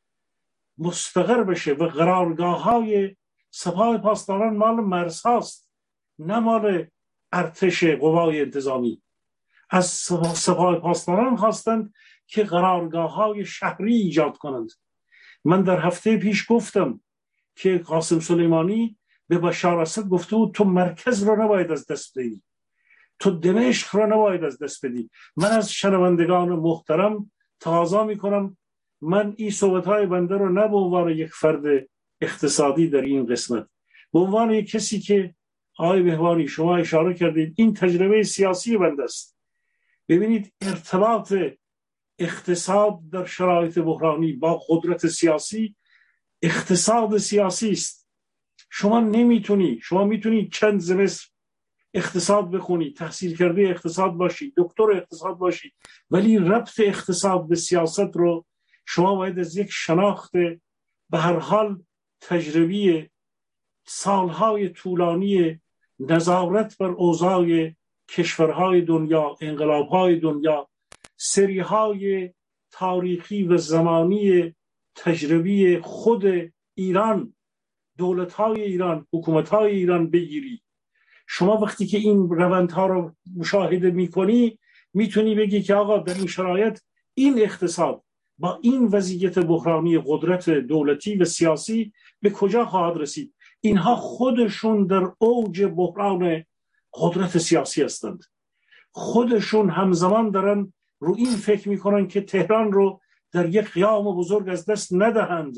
مستقر بشه و قرارگاه های سپاه پاسداران مال مرز هاست، نه مال ارتش قوای انتظامی. از سپاه پاسداران خواستند که قرارگاه های شهری ایجاد کنند. من در هفته پیش گفتم که قاسم سلیمانی به بشار اسد گفته بود تو مرکز رو نباید از دست بدی، تو دمشق رو نباید از دست بدی. من از شنوندگان محترم تقاضا میکنم، من این صحبت‌های بنده رو نه به عنوان یک فرد اقتصادی در این قسمت، به عنوان یک کسی که آقای بهبانی شما اشاره کردید این تجربه سیاسی بنده است. ببینید ارتباط اقتصاد در شرایط بحرانی با قدرت سیاسی، اقتصاد سیاسی است. شما نمیتونی، شما میتونی چند زمستر اقتصاد بخونی، تحصیل کرده اقتصاد باشی، دکتر اقتصاد باشی، ولی ربط اقتصاد به سیاست رو شما باید از یک شناخت به هر حال تجربی سالهای طولانی نظارت بر اوضاع کشورهای دنیا، انقلابهای دنیا، سریهای تاریخی و زمانی تجربی خود ایران، دولتهای ایران، حکومتهای ایران بگیری. شما وقتی که این روندها رو مشاهده میکنی میتونی بگی که آقا در این شرایط این اقتصاد با این وضعیت بحرانی قدرت دولتی و سیاسی به کجا خواهد رسید. اینها خودشون در اوج بحران قدرت سیاسی هستند، خودشون همزمان دارن رو این فکر میکنن که تهران رو در یک قیام بزرگ از دست ندهند،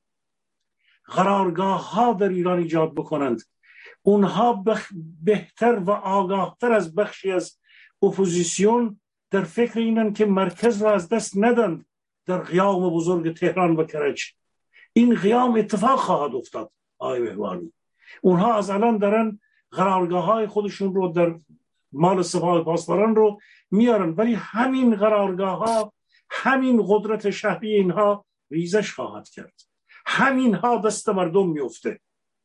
قرارگاه ها در ایران ایجاد بکنند. اونها بخ... بهتر و آگاهتر از بخشی از اپوزیسیون در فکر اینن که مرکز را از دست ندند در قیام بزرگ تهران و کرج. این قیام اتفاق خواهد افتاد آقای بهبانی. اونها از الان دارن قرارگاه های خودشون رو در مال سپاه پاسداران رو میارن، ولی همین قرارگاه ها، همین قدرت شهری اینها ریزش خواهد کرد، همین ها دست مردم میفته،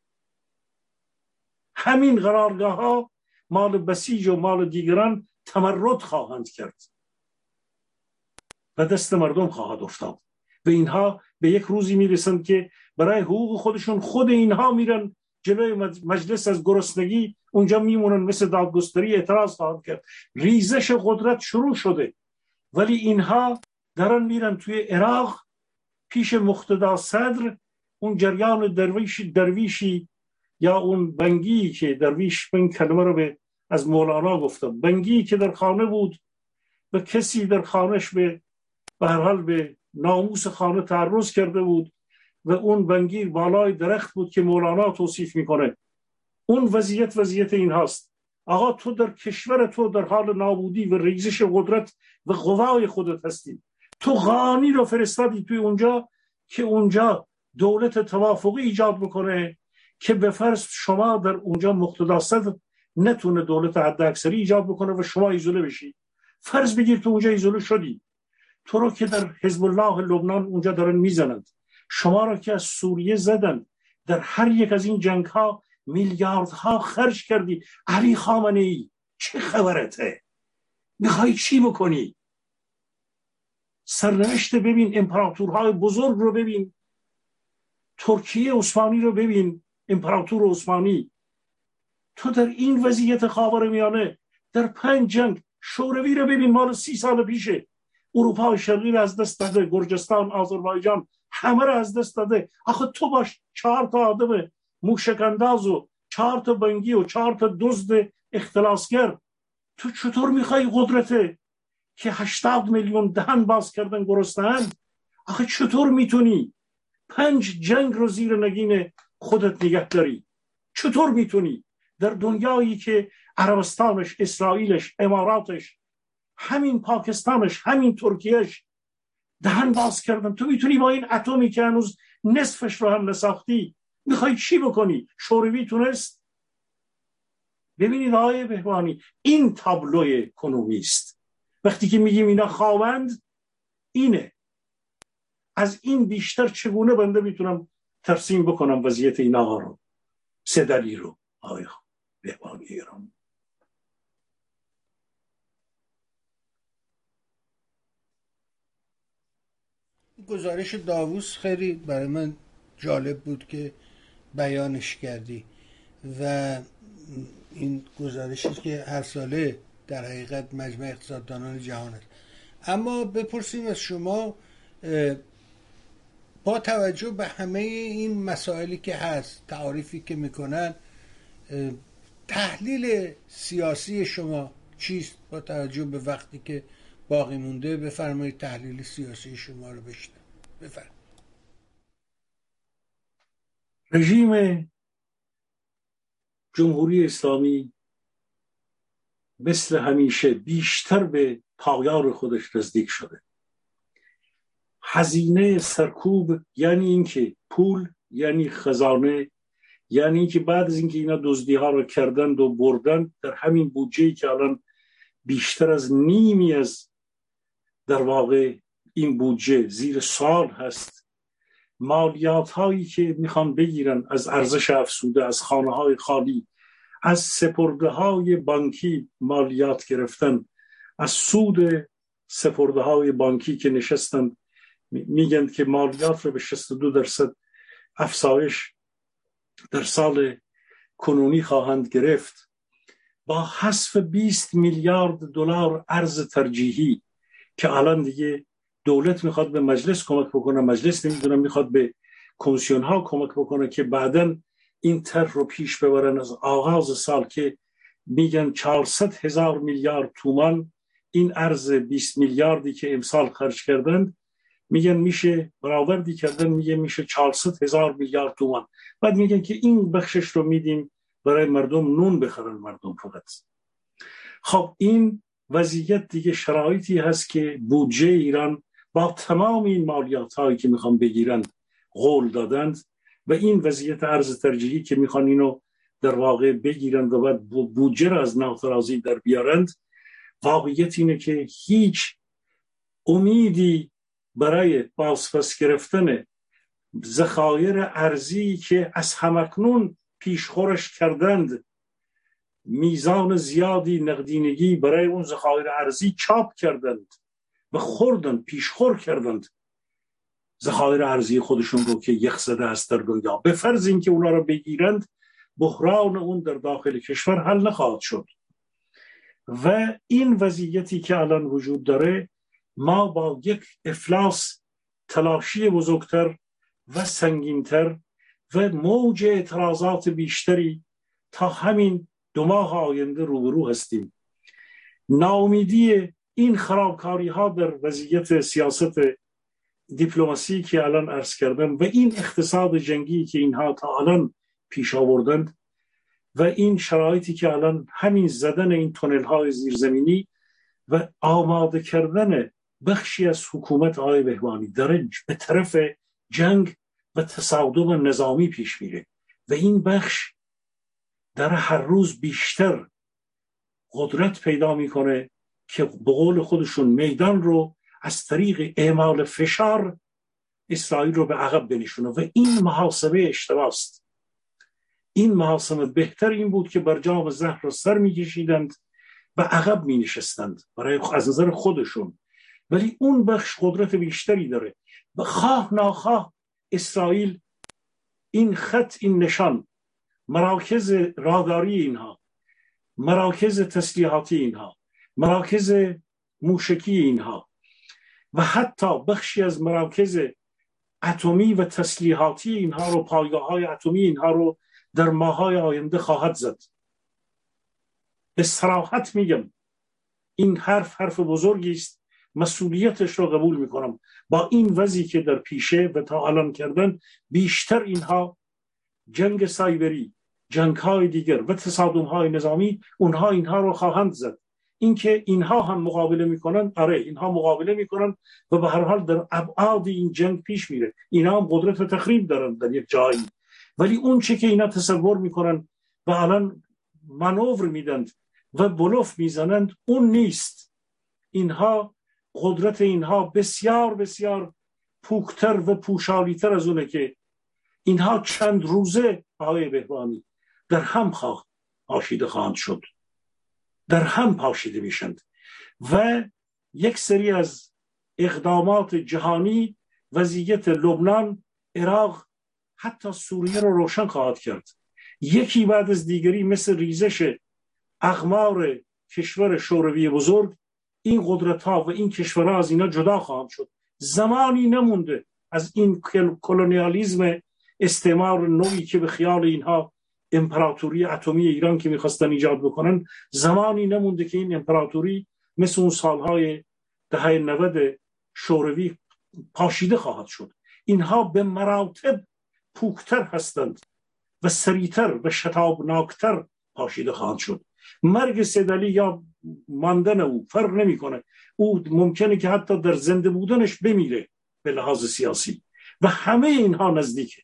همین قرارگاه ها مال بسیج و مال دیگران تمرد خواهند کرد و دست مردم خواهد افتاد و اینها به یک روزی میرسند که برای حقوق خودشون خود اینها میرن جلوی مجلس، از گرسنگی اونجا میمونن، مثل دادگستری اعتراض خواهند کرد. ریزش قدرت شروع شده، ولی اینها دارن میرن توی عراق پیش مقتدا صدر، اون جریان درویشی, درویشی یا اون بنگی که درویش، این کلمه رو به از مولانا گفتم، بنگی که در خانه بود و کسی در خانهش به به هر حال به ناموس خانه تعرض کرده بود و اون بنگی بالای درخت بود که مولانا توصیف میکنه. اون وضعیت وضعیت این هاست. آقا تو در کشور تو در حال نابودی و ریزش قدرت و قوای خودت هستی، تو غانی رو فرستادی توی اونجا که اونجا دولت توافقی ایجاد بکنه که به فرض شما در اونجا مقتدا صدر نتونه دولت حد اکثری ایجاد بکنه و شما ایزوله بشی. فرض بگیر تو اونجا ایزوله شدی، تو رو که در حزب الله لبنان اونجا دارن میزنند، شما رو که از سوریه زدن، در هر یک از این جنگ ها میلیاردها خرج کردی. علی خامنه ای چه خبرته؟ میخوای چی بکنی؟ سرنوشت ببین، امپراتورهای بزرگ رو ببین، ترکیه عثمانی رو ببین، امپراتور عثمانی. تو در این وضعیت خاورمیانه در پنج جنگ، شوروی رو ببین مال سی سال پیشه، اروپا شرقی رو از دست داده، گرجستان، آذربایجان همه رو از دست داده. آخه تو باش چهار تا آدم موشک انداز و چهار تا بنگی و چهار تا دزد اختلاسگر، تو چطور میخوای قدرته که هشتاد میلیون دهن باز کردن گرسنه‌اند؟ آخه چطور میتونی پنج جنگ رو زیر نگین خودت نگه داری؟ چطور میتونی در دنیایی که عربستانش، اسرائیلش، اماراتش، همین پاکستانش، همین ترکیهش دهن باز کردن، تو میتونی با این اتمی که هنوز نصفش رو هم نساختی میخوای چی بکنی؟ شوروی تونست؟ ببینید آقای بهبانی، این تابلوی کنونیست. وقتی که میگیم اینا خواوند، اینه. از این بیشتر چگونه بنده میتونم ترسیم بکنم وضعیت این آقا رو، سه دلیل رو آقای بهبانی گرامی. گزارش داووس خیلی برای من جالب بود که بیانش کردی و این گزارشی که هر ساله در حقیقت مجمع اقتصاددانان جهان است. اما بپرسیم از شما، با توجه به همه این مسائلی که هست، تعاریفی که میکنن، تحلیل سیاسی شما چیست با توجه به وقتی که باقی مونده؟ بفرمایید تحلیل سیاسی شما رو بشنویم. بفرمایید. رژیم جمهوری اسلامی مثل همیشه بیشتر به پایان خودش نزدیک شده. هزینه سرکوب یعنی اینکه پول، یعنی خزانه، یعنی اینکه بعد از اینکه اینا دزدی ها رو کردند و بردن، در همین بودجه‌ای که الان بیشتر از نیمی از در واقع این بودجه زیر سوال هست، مالیات هایی که میخوان بگیرن از ارزش افزوده، از خانه های خالی، از سپرده های بانکی مالیات گرفتن، از سود سپرده های بانکی که نشستن میگن که مالیات رو به شصت و دو درصد افزایش در سال کنونی خواهند گرفت، با حذف بیست میلیارد دلار ارز ترجیحی که الان دیگه دولت میخواد به مجلس کمک بکنه، مجلس نمیدونه میخواد به کمیسیون ها کمک بکنه که بعداً این طرح رو پیش ببرن از آغاز سال، که میگن چهارصد هزار میلیارد تومان این ارز بیست میلیاردی که امسال خرج کردند، میگن میشه برآوردی کردن، میگه میشه چهارصد هزار میلیارد تومان. بعد میگن که این بخشش رو میدیم برای مردم نون بخرن مردم فقط. خب این وضعیت دیگه شرایطی هست که بودجه ایران با تمام این مالیات هایی که میخوان بگیرن قول دادند و این وضعیت ارز ترجیحی که میخوان اینو در واقع بگیرند و بعد بودجه را از ناترازی در بیارند، واقعیت اینه که هیچ امیدی برای بازپس گرفتن ذخایر ارزی که از همکنون پیشخورش کردند، میزان زیادی نقدینگی برای اون ذخایر ارزی چاپ کردند و خوردند، پیشخور کردند، ذخایر ارزی خودشون رو که یک زده است در دنیا. به فرض اینکه اونا رو بگیرند، بحران اون در داخل کشور حل نخواهد شد و این وضعیتی که الان وجود داره، ما با یک افلاس تلاشی بزرگتر و سنگینتر و موج اعتراضات بیشتری تا همین دو ماه آینده روبرو هستیم. ناامیدی این خرابکاری ها در وضعیت سیاست دیپلماسی که الان عرض کردم و این اقتصاد جنگی که اینها تا الان پیش آوردند و این شرایطی که الان همین زدن این تونل های زیرزمینی و آماده کردن بخشی از حکومت آقای بهبانی داره به طرف جنگ و تصادم نظامی پیش میره و این بخش در هر روز بیشتر قدرت پیدا میکنه که به قول خودشون میدان رو از طریق اعمال فشار اسرائیل رو به عقب بنشونه و این محاسبه اشتباه است. این محاسبه بهتر این بود که برجام زهر رو سر میکشیدند و عقب مینشستند برای از نظر خودشون، ولی اون بخش قدرت بیشتری داره و خواه ناخواه اسرائیل این خط، این نشان، مراکز راداری اینها، مراکز تسلیحاتی اینها، مراکز موشکی اینها و حتی بخشی از مراکز اتمی و تسلیحاتی اینها رو، پایگاه‌های اتمی اینها رو در ماه‌های آینده خواهد زد. به صراحت میگم این حرف حرف بزرگی است، مسئولیتش رو قبول میکنم. با این وضعی که در پیشه و تا الان کردن، بیشتر اینها جنگ سایبری، جنگ‌های دیگر و تصادم‌های نظامی، اونها اینها رو خواهند زد. اینکه اینها هم مقابله میکنن، آره اینها مقابله میکنن و به هر حال در ابعاد این جنگ پیش میره. اینا هم قدرت تخریب دارن در یک جایی، ولی اون چه که اینا تصور میکنن و الان مانور میدن و بلوف میزنند اون نیست. اینها قدرت اینها بسیار بسیار پوکتر و پوشالیتر از اونه که اینها چند روزه آقای بهبانی در هم خواه پاشیده خواهند شد، در هم پاشیده میشند و یک سری از اقدامات جهانی، وضعیت لبنان، عراق، حتی سوریه رو روشن خواهد کرد. یکی بعد از دیگری مثل ریزش اقمار کشور شوروی بزرگ، این قدرت ها و این کشورها از اینا جدا خواهند شد. زمانی نمونده از این کلونیالیسم استعمار نوعی که به خیال اینها امپراتوری اتمی ایران که میخواستن ایجاد بکنن، زمانی نمونده که این امپراتوری مثل اون سالهای دهه نود شوروی پاشیده خواهد شد. اینها به مراتب پوکتر هستند و سریعتر و شتابناکتر پاشیده خواهند شد. مرگ سیدعلی یا ماندن او فرق نمیکنه، او ممکنه که حتی در زنده بودنش بمیره به لحاظ سیاسی و همه اینها نزدیکه،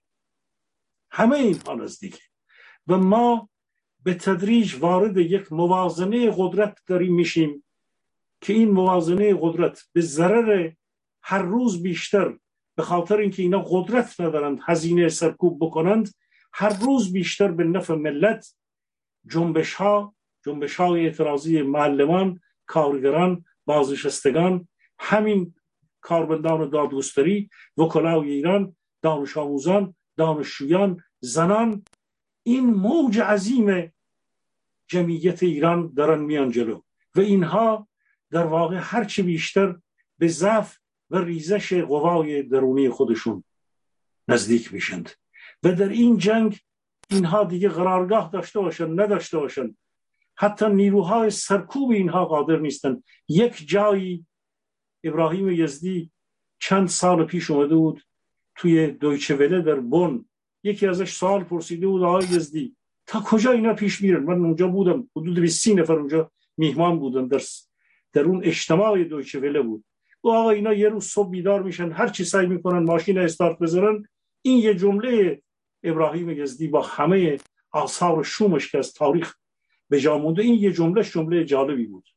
همه اینها نزدیکه و ما به تدریج وارد یک موازنه قدرت داریم میشیم که این موازنه قدرت به ضرر هر روز بیشتر، به خاطر اینکه اینا قدرت ندارند هزینه سرکوب بکنند، هر روز بیشتر به نفع ملت جنبش ها جنبش های اعتراضی معلمان، کارگران، بازنشستگان، همین کارمندان دادگستری، وکلای ایران، دانش آموزان، دانشجویان، زنان، این موج عظیم جمعیت ایران دارن میان جلو و اینها در واقع هرچی بیشتر به ضعف و ریزش قوای درونی خودشون نزدیک میشند و در این جنگ اینها دیگه قرارگاه داشته باشن نداشته باشن، حتی نیروهای سرکوب اینها قادر نیستن. یک جایی ابراهیم یزدی چند سال پیش اومده بود توی دویچه وله در بن، یکی ازش سوال پرسیده بود آقای یزدی تا کجا اینا پیش میرن؟ من اونجا بودم، حدود بیست نفر اونجا میهمان بودن، در در اون اجتماع دویچه وله بود. و آقا اینا یه روز صبح بیدار میشن، هر چی سعی میکنن ماشین استارت بذارن، این یه جمله ابراهیم یزدی با همه آثار شومش که از تاریخ به جا مونده، این یه جمله جمله جالبی بود.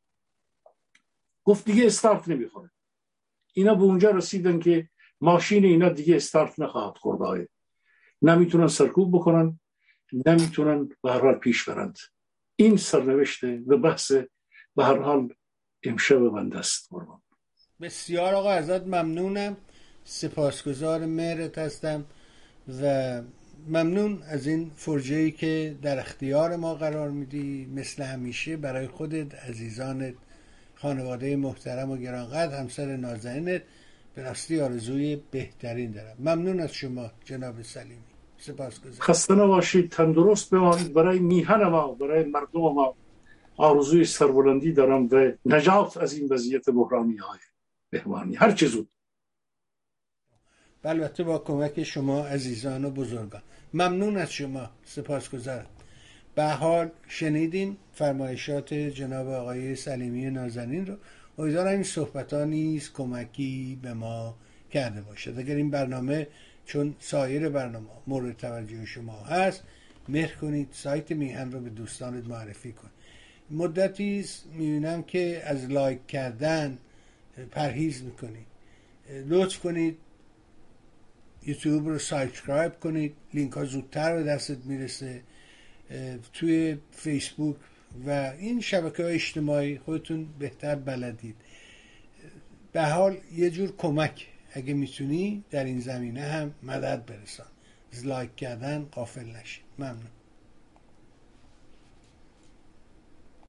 گفت دیگه استارت نمیخوره. اینا به اونجا رسیدن که ماشین اینا دیگه استارت نخواهد خورد، نمیتونن سرکوب بکنن، نمیتونن به هر حال پیش برند. این سرنوشته و بحث به هر حال امشب بنده است. بسیار آقا ازت ممنونم. سپاسگزار مهرت هستم و ممنون از این فرجه‌ای که در اختیار ما قرار میدی. مثل همیشه برای خودت، عزیزانت، خانواده محترم و گرانقدر، همسر نازنینت به راستی آرزوی بهترین دارم. ممنون از شما جناب سلیمی. سپاسگزارم. خسته نباشید، تندرست بمانید. برای میهن ما، برای مردم ما آرزوی سربلندی دارم و نجات از این وضعیت بحرانی های بهبانی هر چه زود. البته با کمک شما عزیزان و بزرگان. ممنون از شما، سپاسگزارم. به حال شنیدین فرمایشات جناب آقای سلیمی نازنین رو. امیدوارم این صحبت ها نیز کمکی به ما کرده باشد. اگر این برنامه چون سایر برنامه مورد توجه شما هست، مهر کنید سایت میهن رو به دوستانت معرفی کن. مدتی میبینم که از لایک کردن پرهیز میکنید. لطف کنید یوتیوب رو سابسکرایب کنید، لینک ها زودتر به دستت میرسه. توی فیسبوک و این شبکه های اجتماعی خودتون بهتر بلدید. به حال یه جور کمک اگه میتونی در این زمینه هم مدد برسان. از لایک کردن غافل نشید. ممنون.